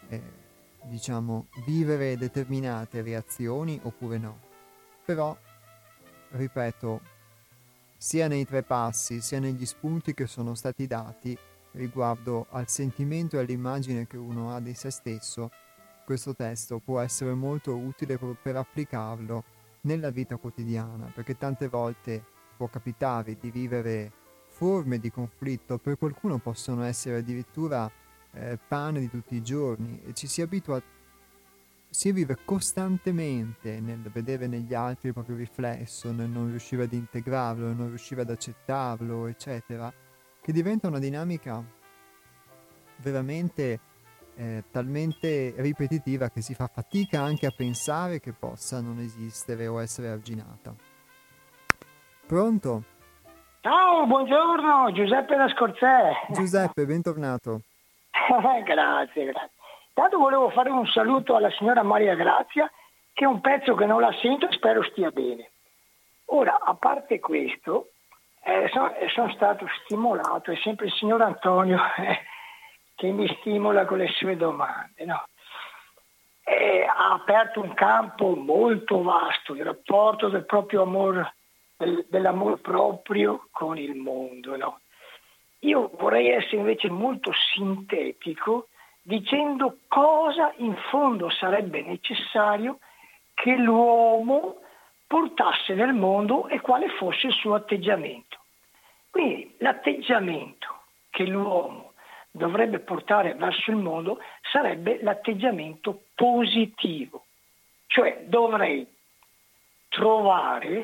diciamo, vivere determinate reazioni oppure no. Però, ripeto, sia nei 3 passi, sia negli spunti che sono stati dati riguardo al sentimento e all'immagine che uno ha di se stesso, questo testo può essere molto utile per applicarlo nella vita quotidiana, perché tante volte può capitare di vivere forme di conflitto, per qualcuno possono essere addirittura pane di tutti i giorni, e ci si abitua, si vive costantemente nel vedere negli altri il proprio riflesso, nel non riuscire ad integrarlo, nel non riuscire ad accettarlo, eccetera, che diventa una dinamica veramente talmente ripetitiva che si fa fatica anche a pensare che possa non esistere o essere arginata. Pronto? Ciao, buongiorno, Giuseppe da Scorzè. Giuseppe, bentornato. Grazie. Tanto volevo fare un saluto alla signora Maria Grazia, che è un pezzo che non la sento e spero stia bene. Ora, a parte questo, sono stato stimolato, è sempre il signor Antonio che mi stimola con le sue domande, no? Ha aperto un campo molto vasto, il rapporto del proprio amore, dell'amor proprio con il mondo, no? Io vorrei essere invece molto sintetico dicendo cosa in fondo sarebbe necessario che l'uomo portasse nel mondo e quale fosse il suo atteggiamento. Quindi l'atteggiamento che l'uomo dovrebbe portare verso il mondo sarebbe l'atteggiamento positivo, cioè dovrei trovare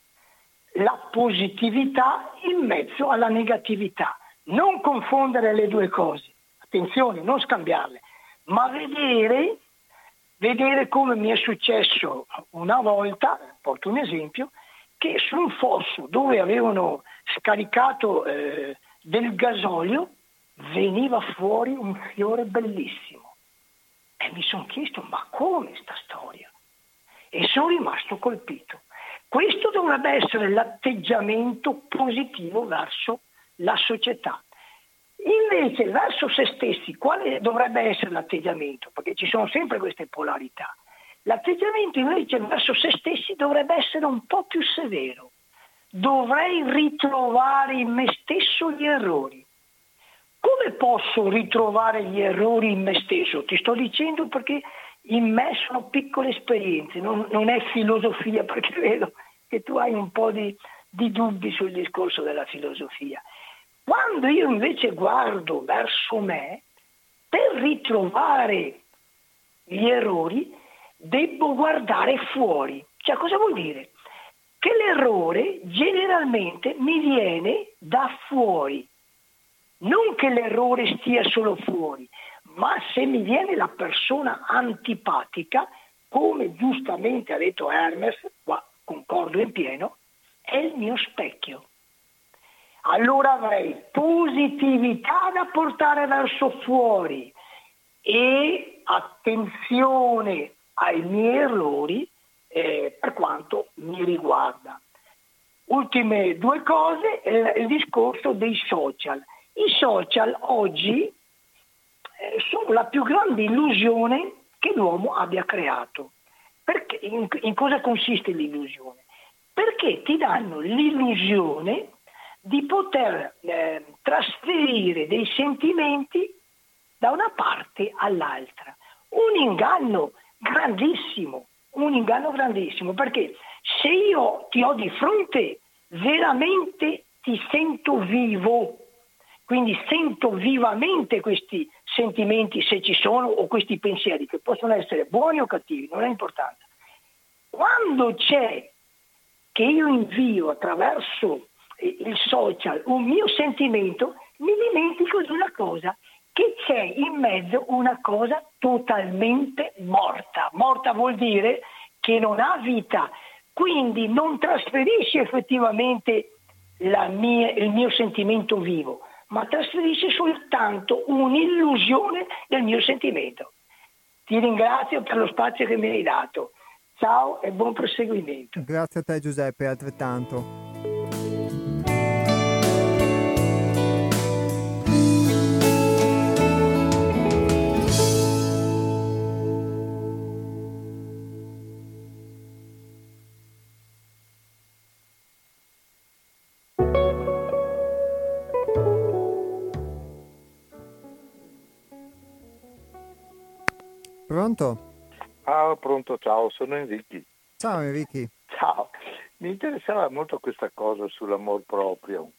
la positività in mezzo alla negatività, non confondere le due cose, attenzione, non scambiarle, ma vedere come mi è successo una volta, porto un esempio, che su un fosso dove avevano scaricato del gasolio veniva fuori un fiore bellissimo e mi sono chiesto ma come sta storia? E sono rimasto colpito. Questo dovrebbe essere l'atteggiamento positivo verso la società. Invece verso se stessi quale dovrebbe essere l'atteggiamento? Perché ci sono sempre queste polarità. L'atteggiamento invece verso se stessi dovrebbe essere un po' più severo. Dovrei ritrovare in me stesso gli errori. Come posso ritrovare gli errori in me stesso? Ti sto dicendo perché in me sono piccole esperienze, non è filosofia, perché vedo che tu hai un po' di dubbi sul discorso della filosofia. Quando io invece guardo verso me, per ritrovare gli errori devo guardare fuori. Cioè, cosa vuol dire? Che l'errore generalmente mi viene da fuori. Non che l'errore stia solo fuori, ma se mi viene la persona antipatica, come giustamente ha detto Hermes, qua concordo in pieno, è il mio specchio. Allora avrei positività da portare verso fuori e attenzione ai miei errori per quanto mi riguarda. Ultime due cose, il discorso dei social. I social oggi sono la più grande illusione che l'uomo abbia creato. Perché, in cosa consiste l'illusione? Perché ti danno l'illusione di poter trasferire dei sentimenti da una parte all'altra. Un inganno grandissimo, perché se io ti ho di fronte veramente ti sento vivo, quindi sento vivamente questi sentimenti, se ci sono, o questi pensieri, che possono essere buoni o cattivi, non ha importanza. Quando c'è che io invio attraverso il social un mio sentimento, mi dimentico di una cosa, che c'è in mezzo una cosa totalmente morta. Morta vuol dire che non ha vita, quindi non trasferisce effettivamente il mio sentimento vivo, ma trasferisce soltanto un'illusione del mio sentimento. Ti ringrazio per lo spazio che mi hai dato. Ciao e buon proseguimento. Grazie a te Giuseppe, altrettanto. Pronto? Ah, pronto, ciao, sono Enrico. Ciao Enrico. Ciao, mi interessava molto questa cosa sull'amor proprio.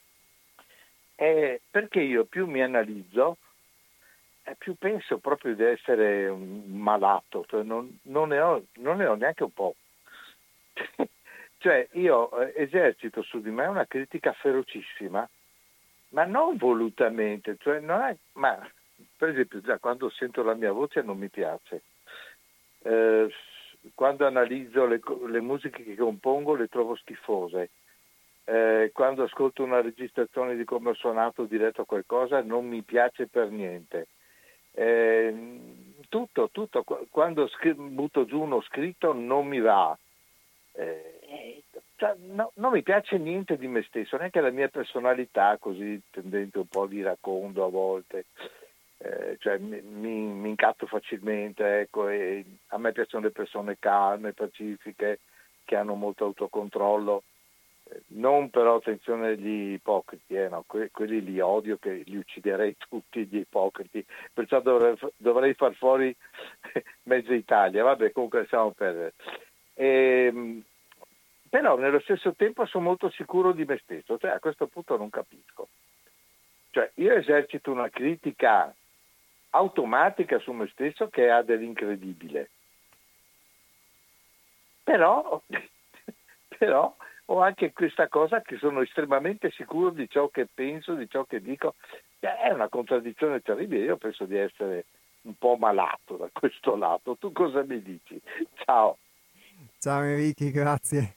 Perché io più mi analizzo, più penso proprio di essere un malato, cioè non ne ho neanche un po'. Cioè io esercito su di me una critica ferocissima, ma non volutamente, cioè non è, ma per esempio già quando sento la mia voce non mi piace. Quando analizzo le musiche che compongo le trovo schifose. Quando ascolto una registrazione di come ho suonato diretto a qualcosa non mi piace per niente. Tutto, quando butto giù uno scritto non mi va. Cioè, non mi piace niente di me stesso, neanche la mia personalità così tendente un po' di iracondo a volte. Cioè mi incatto facilmente, ecco, e a me piacciono le persone calme, pacifiche, che hanno molto autocontrollo, non però attenzione agli ipocriti, no, quelli li odio, che li ucciderei tutti gli ipocriti, perciò dovrei far fuori mezza Italia, vabbè, comunque lasciamo perdere. Però nello stesso tempo sono molto sicuro di me stesso, cioè a questo punto non capisco. Cioè io esercito una critica automatica su me stesso che ha dell'incredibile. Però ho anche questa cosa che sono estremamente sicuro di ciò che penso, di ciò che dico. È una contraddizione terribile, io penso di essere un po' malato da questo lato. Tu cosa mi dici? Ciao. Ciao Enrico, grazie.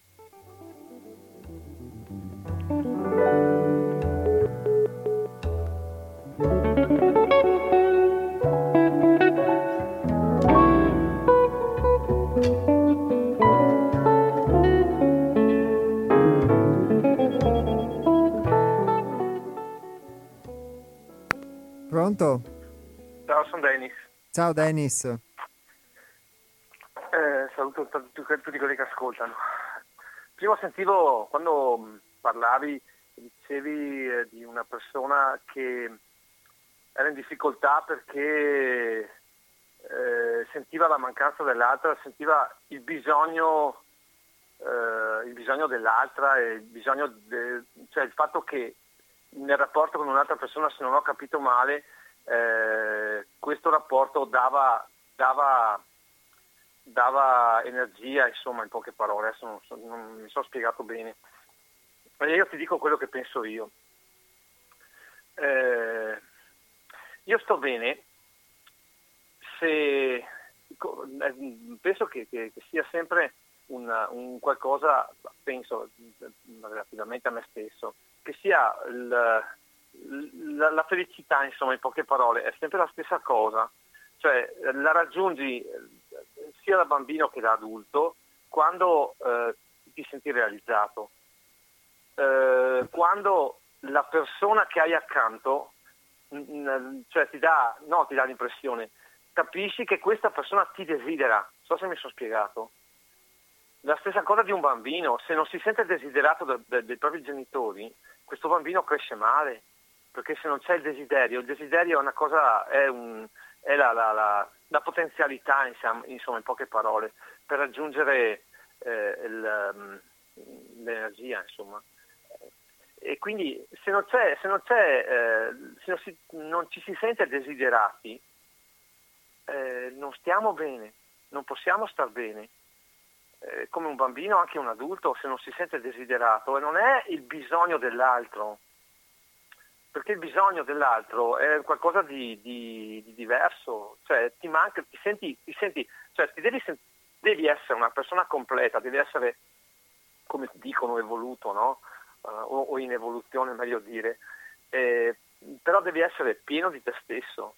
Pronto? Ciao, sono Dennis. Ciao Dennis. Saluto tutti quelli che ascoltano. Prima sentivo quando parlavi, dicevi di una persona che era in difficoltà perché sentiva la mancanza dell'altra, sentiva il bisogno dell'altra, e il bisogno cioè il fatto che nel rapporto con un'altra persona, se non ho capito male, questo rapporto dava energia, insomma, in poche parole. Adesso non mi sono spiegato bene. Ma io ti dico quello che penso io. Io sto bene se penso che sia sempre un qualcosa, penso relativamente a me stesso, che sia la felicità, insomma, in poche parole, è sempre la stessa cosa, cioè la raggiungi sia da bambino che da adulto quando ti senti realizzato, quando la persona che hai accanto cioè ti dà l'impressione, capisci che questa persona ti desidera. Non so se mi sono spiegato. La stessa cosa di un bambino, se non si sente desiderato dai propri genitori, questo bambino cresce male, perché se non c'è il desiderio è una cosa, è la potenzialità, insomma, in poche parole, per raggiungere l'energia, insomma. E quindi se non ci si sente desiderati, non stiamo bene, non possiamo star bene. Come un bambino, anche un adulto, se non si sente desiderato, e non è il bisogno dell'altro, perché il bisogno dell'altro è qualcosa di diverso, cioè ti manca, ti senti, cioè ti devi devi essere una persona completa, devi essere, come dicono, evoluto, no? O in evoluzione, meglio dire, però devi essere pieno di te stesso.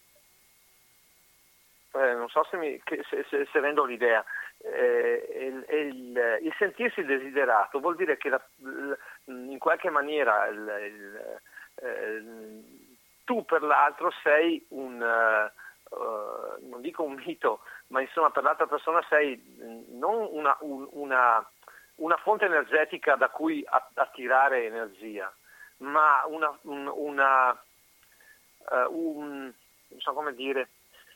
Non so se rendo l'idea. Il sentirsi desiderato vuol dire che in qualche maniera tu per l'altro sei non dico un mito, ma insomma per l'altra persona sei non una fonte energetica da cui attirare energia, ma non so come dire,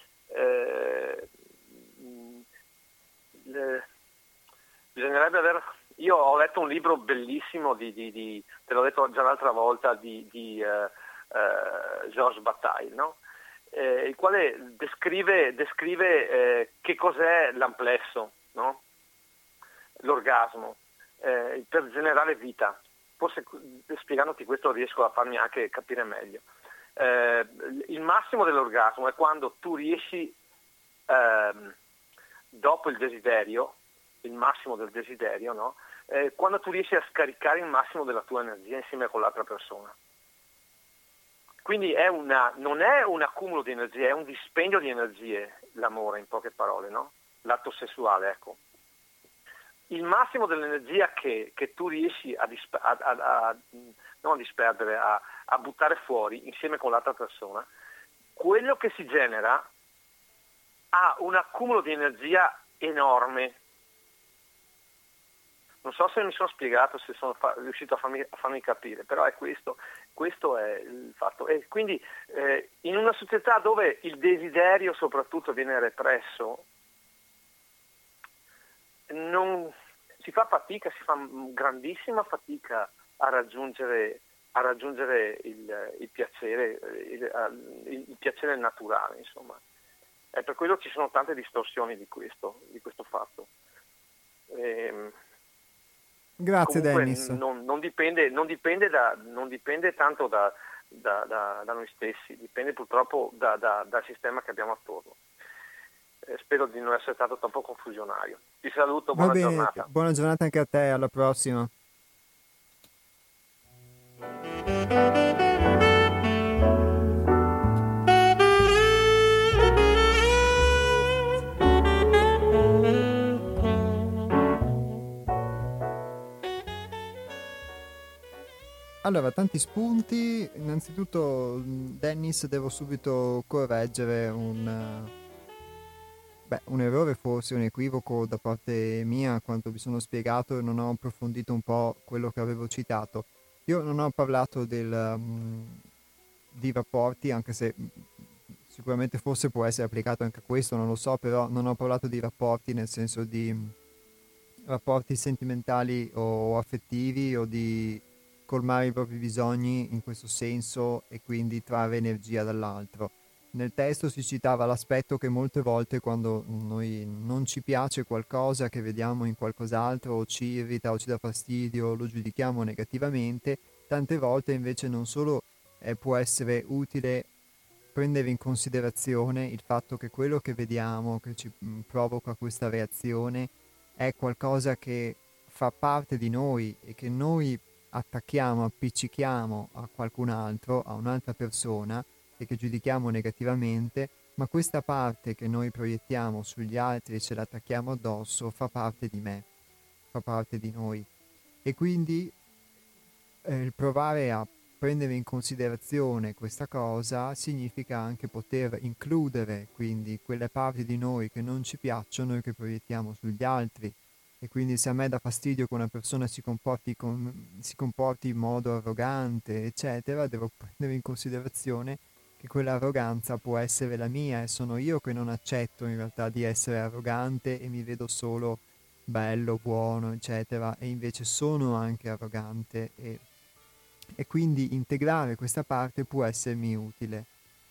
bisognerebbe aver. Io ho letto un libro bellissimo te l'ho detto già l'altra volta, di Georges Bataille, no? Il quale descrive che cos'è l'amplesso, no? L'orgasmo, per generare vita. Forse spiegandoti questo riesco a farmi anche capire meglio. Il massimo dell'orgasmo è quando tu riesci, dopo il desiderio, il massimo del desiderio, no? Quando tu riesci a scaricare il massimo della tua energia insieme con l'altra persona. Quindi non è un accumulo di energie, è un dispendio di energie, l'amore, in poche parole, no? L'atto sessuale, ecco. Il massimo dell'energia che tu riesci non a disperdere, a buttare fuori insieme con l'altra persona, quello che si genera ha un accumulo di energia enorme. Non so se mi sono spiegato, se sono riuscito a farmi capire, però è questo è il fatto. E quindi in una società dove il desiderio soprattutto viene represso, si fa grandissima fatica a raggiungere il piacere, il piacere naturale, insomma. E per quello ci sono tante distorsioni di questo fatto. Grazie comunque Dennis. Non dipende tanto da noi stessi, dipende purtroppo dal sistema che abbiamo attorno. Spero di non essere stato troppo confusionario. Ti saluto, buona giornata. Buona giornata anche a te, alla prossima. Allora, tanti spunti. Innanzitutto, Dennis, devo subito correggere un errore, forse un equivoco da parte mia quando mi sono spiegato e non ho approfondito un po' quello che avevo citato. Io non ho parlato di rapporti, anche se sicuramente forse può essere applicato anche a questo, non lo so, però non ho parlato di rapporti nel senso di rapporti sentimentali o affettivi o di colmare i propri bisogni in questo senso e quindi trarre energia dall'altro. Nel testo si citava l'aspetto che molte volte quando noi non ci piace qualcosa che vediamo in qualcos'altro o ci irrita o ci dà fastidio, lo giudichiamo negativamente, tante volte invece non solo può essere utile prendere in considerazione il fatto che quello che vediamo, che ci provoca questa reazione, è qualcosa che fa parte di noi e che noi attacchiamo, appiccichiamo a qualcun altro, a un'altra persona e che giudichiamo negativamente, ma questa parte che noi proiettiamo sugli altri e ce l'attacchiamo addosso fa parte di me, fa parte di noi. E quindi il provare a prendere in considerazione questa cosa significa anche poter includere quindi quelle parti di noi che non ci piacciono e che proiettiamo sugli altri. E quindi se a me dà fastidio che una persona si comporti in modo arrogante, eccetera, devo prendere in considerazione che quell'arroganza può essere la mia e sono io che non accetto in realtà di essere arrogante e mi vedo solo bello, buono, eccetera, e invece sono anche arrogante e quindi integrare questa parte può essermi utile.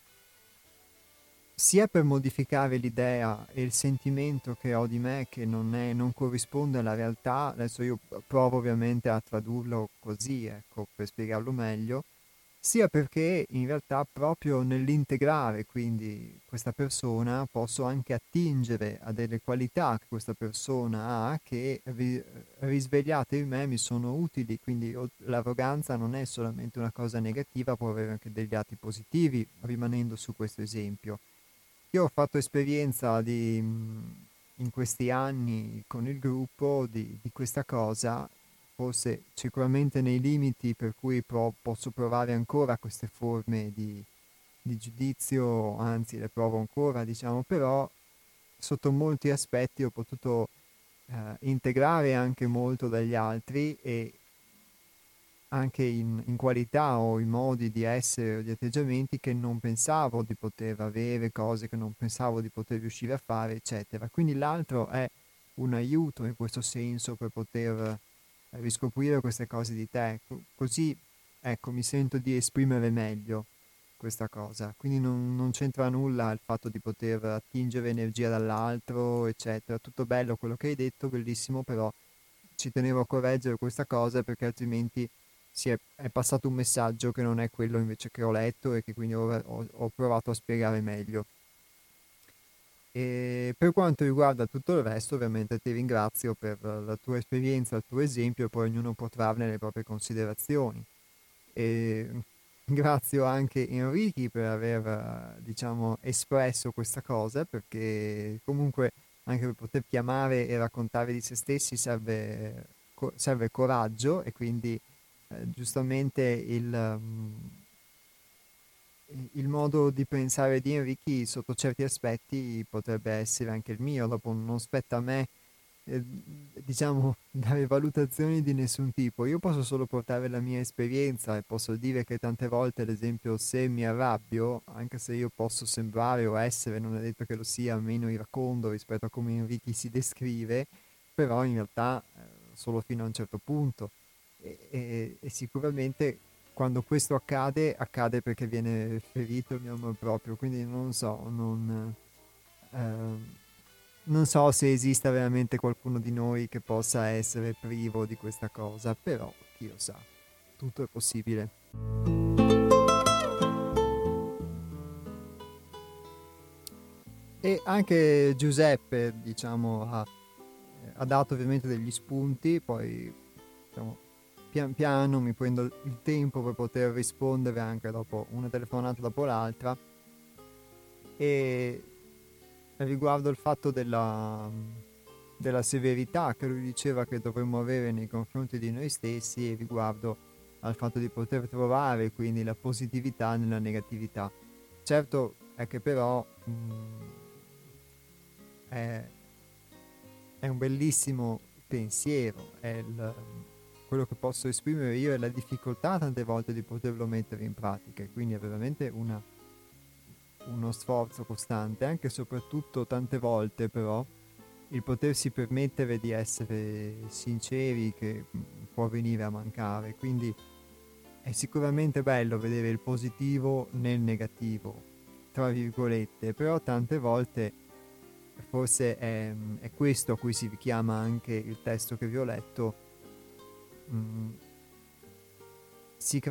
Sia per modificare l'idea e il sentimento che ho di me che non corrisponde alla realtà, adesso io provo ovviamente a tradurlo così, ecco, per spiegarlo meglio, sia perché in realtà proprio nell'integrare quindi questa persona posso anche attingere a delle qualità che questa persona ha che risvegliate in me mi sono utili, quindi l'arroganza non è solamente una cosa negativa, può avere anche degli lati positivi, rimanendo su questo esempio. Io ho fatto esperienza in questi anni con il gruppo di questa cosa, forse sicuramente nei limiti per cui posso provare ancora queste forme di giudizio, anzi le provo ancora, diciamo, però sotto molti aspetti ho potuto integrare anche molto dagli altri e anche in qualità o in modi di essere o di atteggiamenti che non pensavo di poter avere, cose che non pensavo di poter riuscire a fare, eccetera. Quindi l'altro è un aiuto in questo senso per poter riscoprire queste cose di te. Così, ecco, mi sento di esprimere meglio questa cosa. Quindi non c'entra nulla il fatto di poter attingere energia dall'altro, eccetera. Tutto bello quello che hai detto, bellissimo, però ci tenevo a correggere questa cosa perché altrimenti è passato un messaggio che non è quello invece che ho letto e che quindi ho provato a spiegare meglio. E per quanto riguarda tutto il resto, ovviamente ti ringrazio per la tua esperienza, il tuo esempio e poi ognuno può trarne le proprie considerazioni. E ringrazio anche Enrichi per aver, diciamo, espresso questa cosa, perché comunque anche per poter chiamare e raccontare di se stessi serve coraggio e quindi giustamente il modo di pensare di Enrichi sotto certi aspetti potrebbe essere anche il mio, dopo non spetta a me diciamo dare valutazioni di nessun tipo, io posso solo portare la mia esperienza e posso dire che tante volte ad esempio se mi arrabbio, anche se io posso sembrare o essere, non è detto che lo sia, meno iracondo rispetto a come Enrichi si descrive, però in realtà solo fino a un certo punto e sicuramente quando questo accade perché viene ferito il mio amor proprio, quindi non so, non so se esista veramente qualcuno di noi che possa essere privo di questa cosa, però chi lo sa, tutto è possibile. E anche Giuseppe, diciamo, ha dato ovviamente degli spunti, poi diciamo, pian piano mi prendo il tempo per poter rispondere anche dopo una telefonata dopo l'altra e riguardo il fatto della severità che lui diceva che dovremmo avere nei confronti di noi stessi e riguardo al fatto di poter trovare quindi la positività nella negatività. Certo è che però è un bellissimo pensiero, quello che posso esprimere io è la difficoltà tante volte di poterlo mettere in pratica e quindi è veramente uno sforzo costante, anche e soprattutto tante volte però il potersi permettere di essere sinceri che può venire a mancare, quindi è sicuramente bello vedere il positivo nel negativo, tra virgolette, però tante volte forse è questo a cui si richiama anche il testo che vi ho letto, si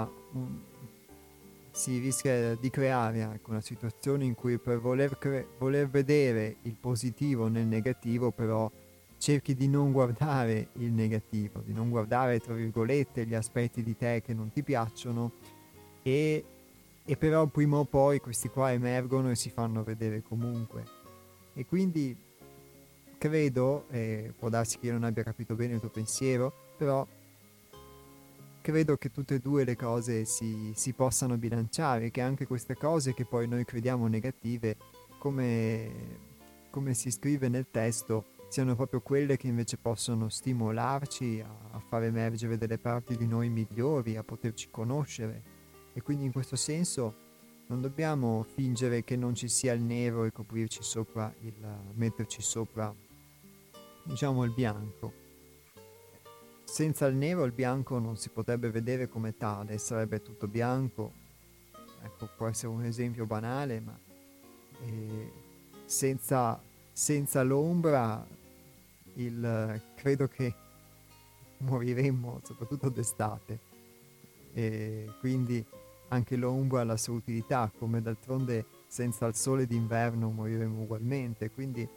rischia di creare anche una situazione in cui per voler vedere il positivo nel negativo però cerchi di non guardare il negativo, di non guardare tra virgolette gli aspetti di te che non ti piacciono e però prima o poi questi qua emergono e si fanno vedere comunque e quindi credo, può darsi che io non abbia capito bene il tuo pensiero, però credo che tutte e due le cose si possano bilanciare, che anche queste cose che poi noi crediamo negative, come si scrive nel testo, siano proprio quelle che invece possono stimolarci a far emergere delle parti di noi migliori, a poterci conoscere. E quindi in questo senso non dobbiamo fingere che non ci sia il nero e coprirci sopra metterci sopra, diciamo, il bianco. Senza il nero il bianco non si potrebbe vedere come tale, sarebbe tutto bianco. Ecco, può essere un esempio banale, ma senza l'ombra credo che moriremmo, soprattutto d'estate. E quindi anche l'ombra ha la sua utilità, come d'altronde senza il sole d'inverno moriremo ugualmente, quindi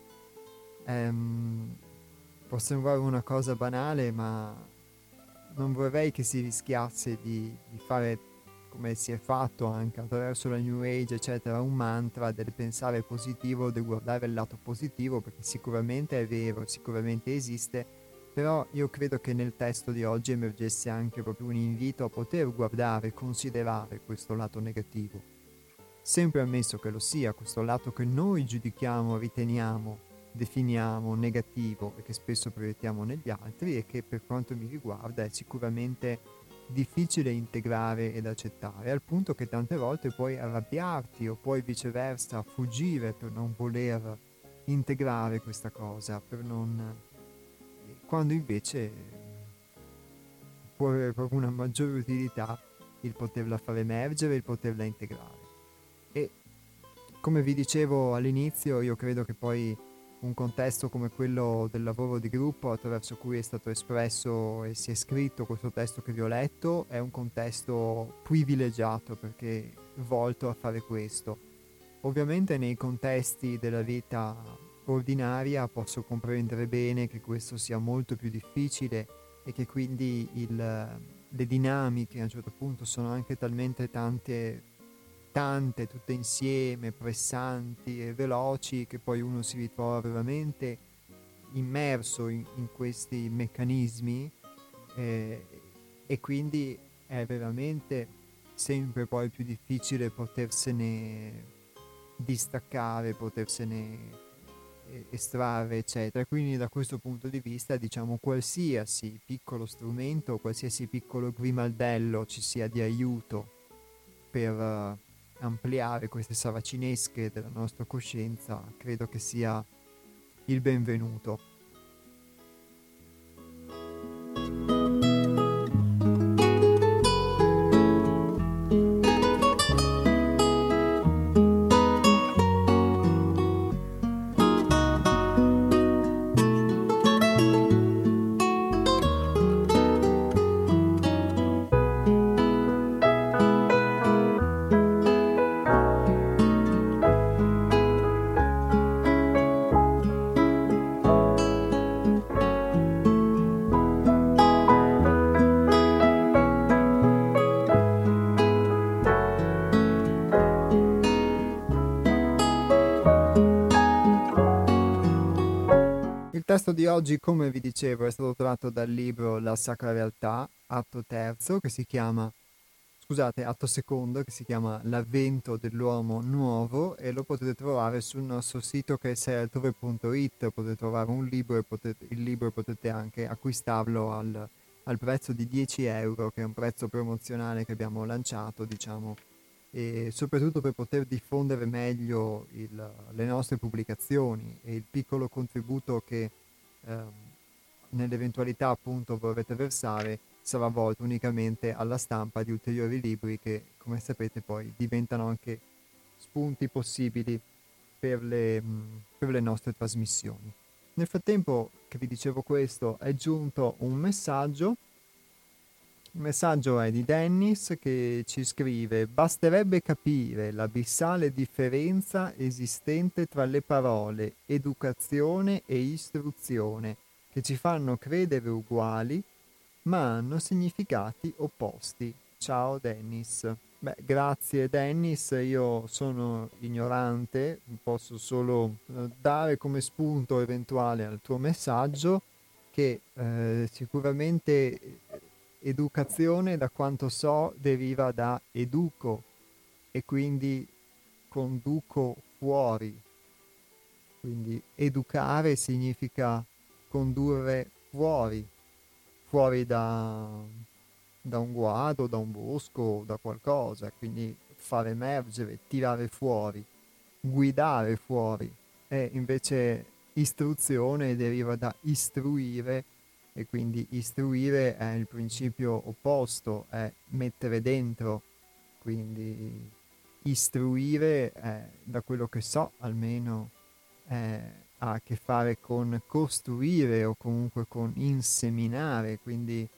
può sembrare una cosa banale, ma non vorrei che si rischiasse di fare, come si è fatto anche attraverso la New Age, eccetera, un mantra del pensare positivo, del guardare il lato positivo, perché sicuramente è vero, sicuramente esiste, però io credo che nel testo di oggi emergesse anche proprio un invito a poter guardare, considerare questo lato negativo, sempre ammesso che lo sia, questo lato che noi giudichiamo, riteniamo, definiamo negativo e che spesso proiettiamo negli altri, e che per quanto mi riguarda è sicuramente difficile integrare ed accettare, al punto che tante volte puoi arrabbiarti o puoi viceversa fuggire per non voler integrare questa cosa, per non... quando invece può avere proprio una maggiore utilità il poterla far emergere, il poterla integrare. E come vi dicevo all'inizio, io credo che poi un contesto come quello del lavoro di gruppo attraverso cui è stato espresso e si è scritto questo testo che vi ho letto è un contesto privilegiato, perché è volto a fare questo. Ovviamente nei contesti della vita ordinaria posso comprendere bene che questo sia molto più difficile e che quindi le dinamiche a un certo punto sono anche talmente tante, tutte insieme, pressanti e veloci, che poi uno si ritrova veramente immerso in questi meccanismi, e quindi è veramente sempre poi più difficile potersene distaccare, potersene estrarre, eccetera. Quindi da questo punto di vista, diciamo, qualsiasi piccolo strumento, qualsiasi piccolo grimaldello ci sia di aiuto per ampliare queste saracinesche della nostra coscienza, credo che sia il benvenuto. Il testo di oggi, come vi dicevo, è stato tratto dal libro La Sacra Realtà, atto secondo, che si chiama L'avvento dell'uomo nuovo, e lo potete trovare sul nostro sito che è seialtrove.it. Potete trovare un libro e il libro potete anche acquistarlo al prezzo di 10 euro, che è un prezzo promozionale che abbiamo lanciato, diciamo, e soprattutto per poter diffondere meglio le nostre pubblicazioni, e il piccolo contributo che nell'eventualità appunto vorrete versare sarà volto unicamente alla stampa di ulteriori libri che, come sapete, poi diventano anche spunti possibili per le nostre trasmissioni. Nel frattempo che vi dicevo questo, è giunto un messaggio. Il messaggio è di Dennis, che ci scrive: basterebbe capire l'abissale differenza esistente tra le parole educazione e istruzione, che ci fanno credere uguali ma hanno significati opposti. Ciao Dennis. Beh, grazie Dennis, io sono ignorante, posso solo dare come spunto eventuale al tuo messaggio che sicuramente educazione, da quanto so, deriva da educo, e quindi conduco fuori. Quindi educare significa condurre fuori da un guado, da un bosco, da qualcosa, quindi far emergere, tirare fuori, guidare fuori. E invece istruzione deriva da istruire, e quindi istruire è il principio opposto, è mettere dentro. Quindi istruire, da quello che so almeno, ha a che fare con costruire o comunque con inseminare, quindi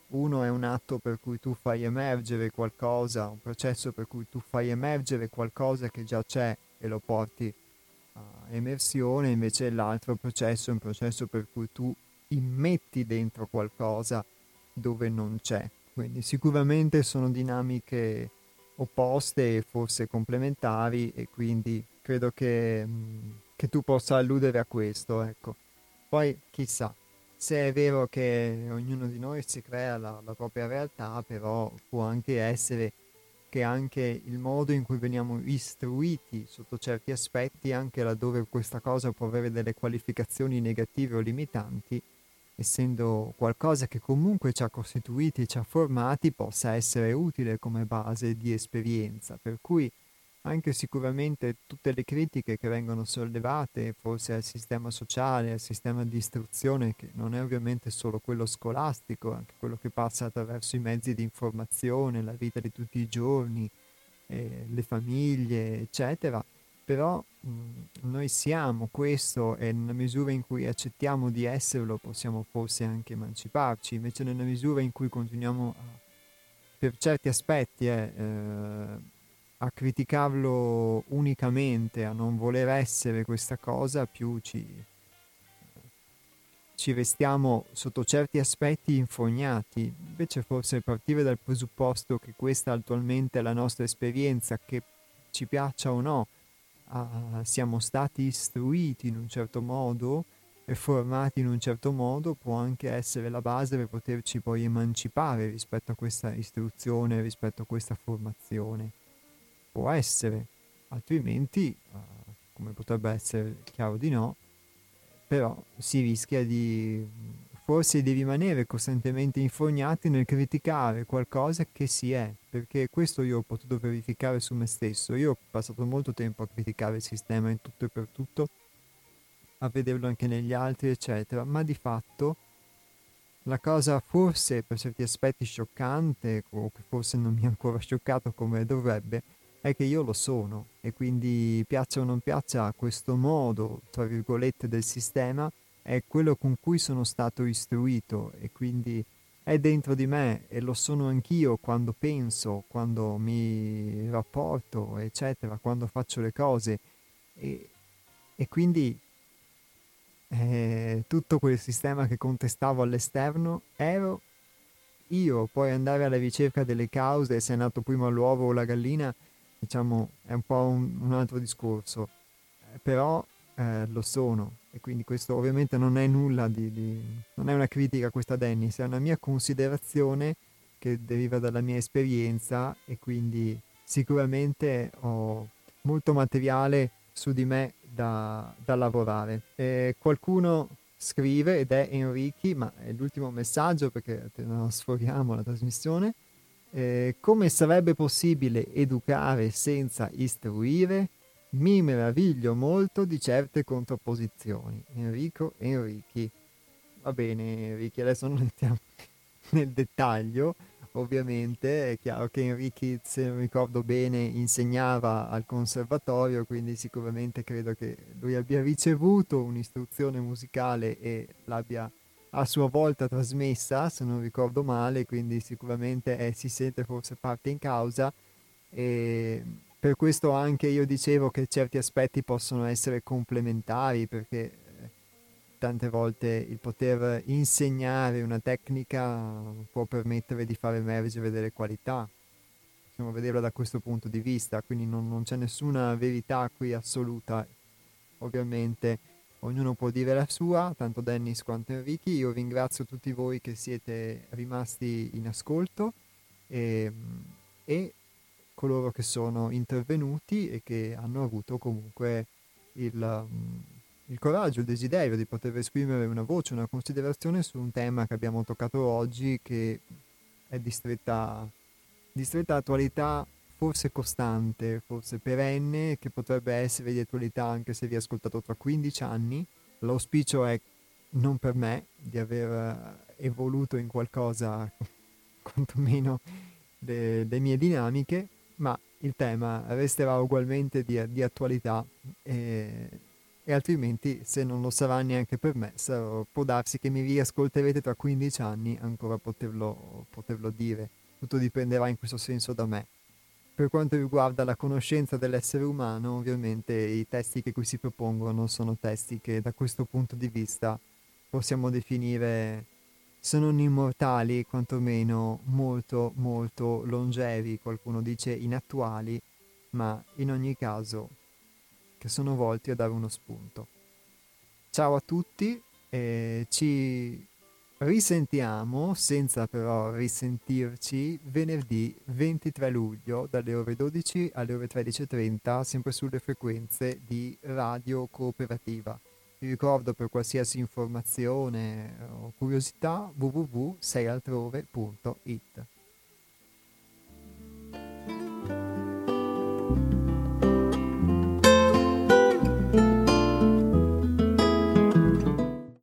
Uno è un atto per cui tu fai emergere qualcosa, un processo per cui tu fai emergere qualcosa che già c'è e lo porti a emersione, invece l'altro processo è un processo per cui tu immetti dentro qualcosa dove non c'è. Quindi sicuramente sono dinamiche opposte e forse complementari, e quindi credo che tu possa alludere a questo, ecco. Poi chissà, se è vero che ognuno di noi si crea la propria realtà, però può anche essere che anche il modo in cui veniamo istruiti sotto certi aspetti, anche laddove questa cosa può avere delle qualificazioni negative o limitanti, essendo qualcosa che comunque ci ha costituiti e ci ha formati, possa essere utile come base di esperienza. Per cui anche sicuramente tutte le critiche che vengono sollevate, forse al sistema sociale, al sistema di istruzione, che non è ovviamente solo quello scolastico, anche quello che passa attraverso i mezzi di informazione, la vita di tutti i giorni, le famiglie, eccetera. Però noi siamo questo, e nella misura in cui accettiamo di esserlo possiamo forse anche emanciparci. Invece nella misura in cui continuiamo per certi aspetti a criticarlo unicamente, a non voler essere questa cosa, più ci restiamo sotto certi aspetti infognati. Invece forse partire dal presupposto che questa attualmente è la nostra esperienza, che ci piaccia o no, siamo stati istruiti in un certo modo e formati in un certo modo, può anche essere la base per poterci poi emancipare rispetto a questa istruzione, rispetto a questa formazione. Può essere, altrimenti, come potrebbe essere chiaro di no, però si rischia forse di rimanere costantemente infognati nel criticare qualcosa che si è, perché questo io ho potuto verificare su me stesso. Io ho passato molto tempo a criticare il sistema in tutto e per tutto, a vederlo anche negli altri, eccetera, ma di fatto la cosa forse per certi aspetti scioccante, o che forse non mi ha ancora scioccato come dovrebbe, è che io lo sono, e quindi piaccia o non piaccia, questo modo, tra virgolette, del sistema è quello con cui sono stato istruito, e quindi è dentro di me e lo sono anch'io quando penso, quando mi rapporto, eccetera, quando faccio le cose, e, e quindi tutto quel sistema che contestavo all'esterno ero io. Poi andare alla ricerca delle cause, se è nato prima l'uovo o la gallina, diciamo, è un po' un altro discorso. Però lo sono, e quindi questo ovviamente non è nulla non è una critica a questa Dennis, è una mia considerazione che deriva dalla mia esperienza, e quindi sicuramente ho molto materiale su di me da lavorare. Qualcuno scrive, ed è Enrichi, ma è l'ultimo messaggio perché sforiamo la trasmissione. Come sarebbe possibile educare senza istruire? Mi meraviglio molto di certe contrapposizioni. Enrico Enrichi. Va bene, Enrichi, adesso non entriamo nel dettaglio. Ovviamente è chiaro che Enrichi, se non ricordo bene, insegnava al conservatorio, quindi sicuramente credo che lui abbia ricevuto un'istruzione musicale e l'abbia a sua volta trasmessa, se non ricordo male, quindi sicuramente si sente forse parte in causa, e per questo anche io dicevo che certi aspetti possono essere complementari, perché tante volte il poter insegnare una tecnica può permettere di far emergere delle qualità. Possiamo vederla da questo punto di vista, quindi non c'è nessuna verità qui assoluta. Ovviamente ognuno può dire la sua, tanto Dennis quanto Enrichi. Io ringrazio tutti voi che siete rimasti in ascolto, e coloro che sono intervenuti e che hanno avuto comunque il coraggio, il desiderio di poter esprimere una voce, una considerazione su un tema che abbiamo toccato oggi, che è di stretta attualità, forse costante, forse perenne, che potrebbe essere di attualità anche se vi ascoltato tra 15 anni. L'auspicio è non per me di aver evoluto in qualcosa, quantomeno le mie dinamiche, ma il tema resterà ugualmente di attualità, e e altrimenti, se non lo sarà neanche per me, può darsi che mi riascolterete tra 15 anni ancora poterlo dire. Tutto dipenderà in questo senso da me. Per quanto riguarda la conoscenza dell'essere umano, ovviamente i testi che qui si propongono sono testi che da questo punto di vista possiamo definire, se non immortali, quantomeno molto molto longevi, qualcuno dice inattuali, ma in ogni caso che sono volti a dare uno spunto. Ciao a tutti e ci risentiamo, senza però risentirci, venerdì 23 luglio dalle ore 12 alle ore 13:30, sempre sulle frequenze di Radio Cooperativa. Vi ricordo, per qualsiasi informazione o curiosità, www.seialtrove.it.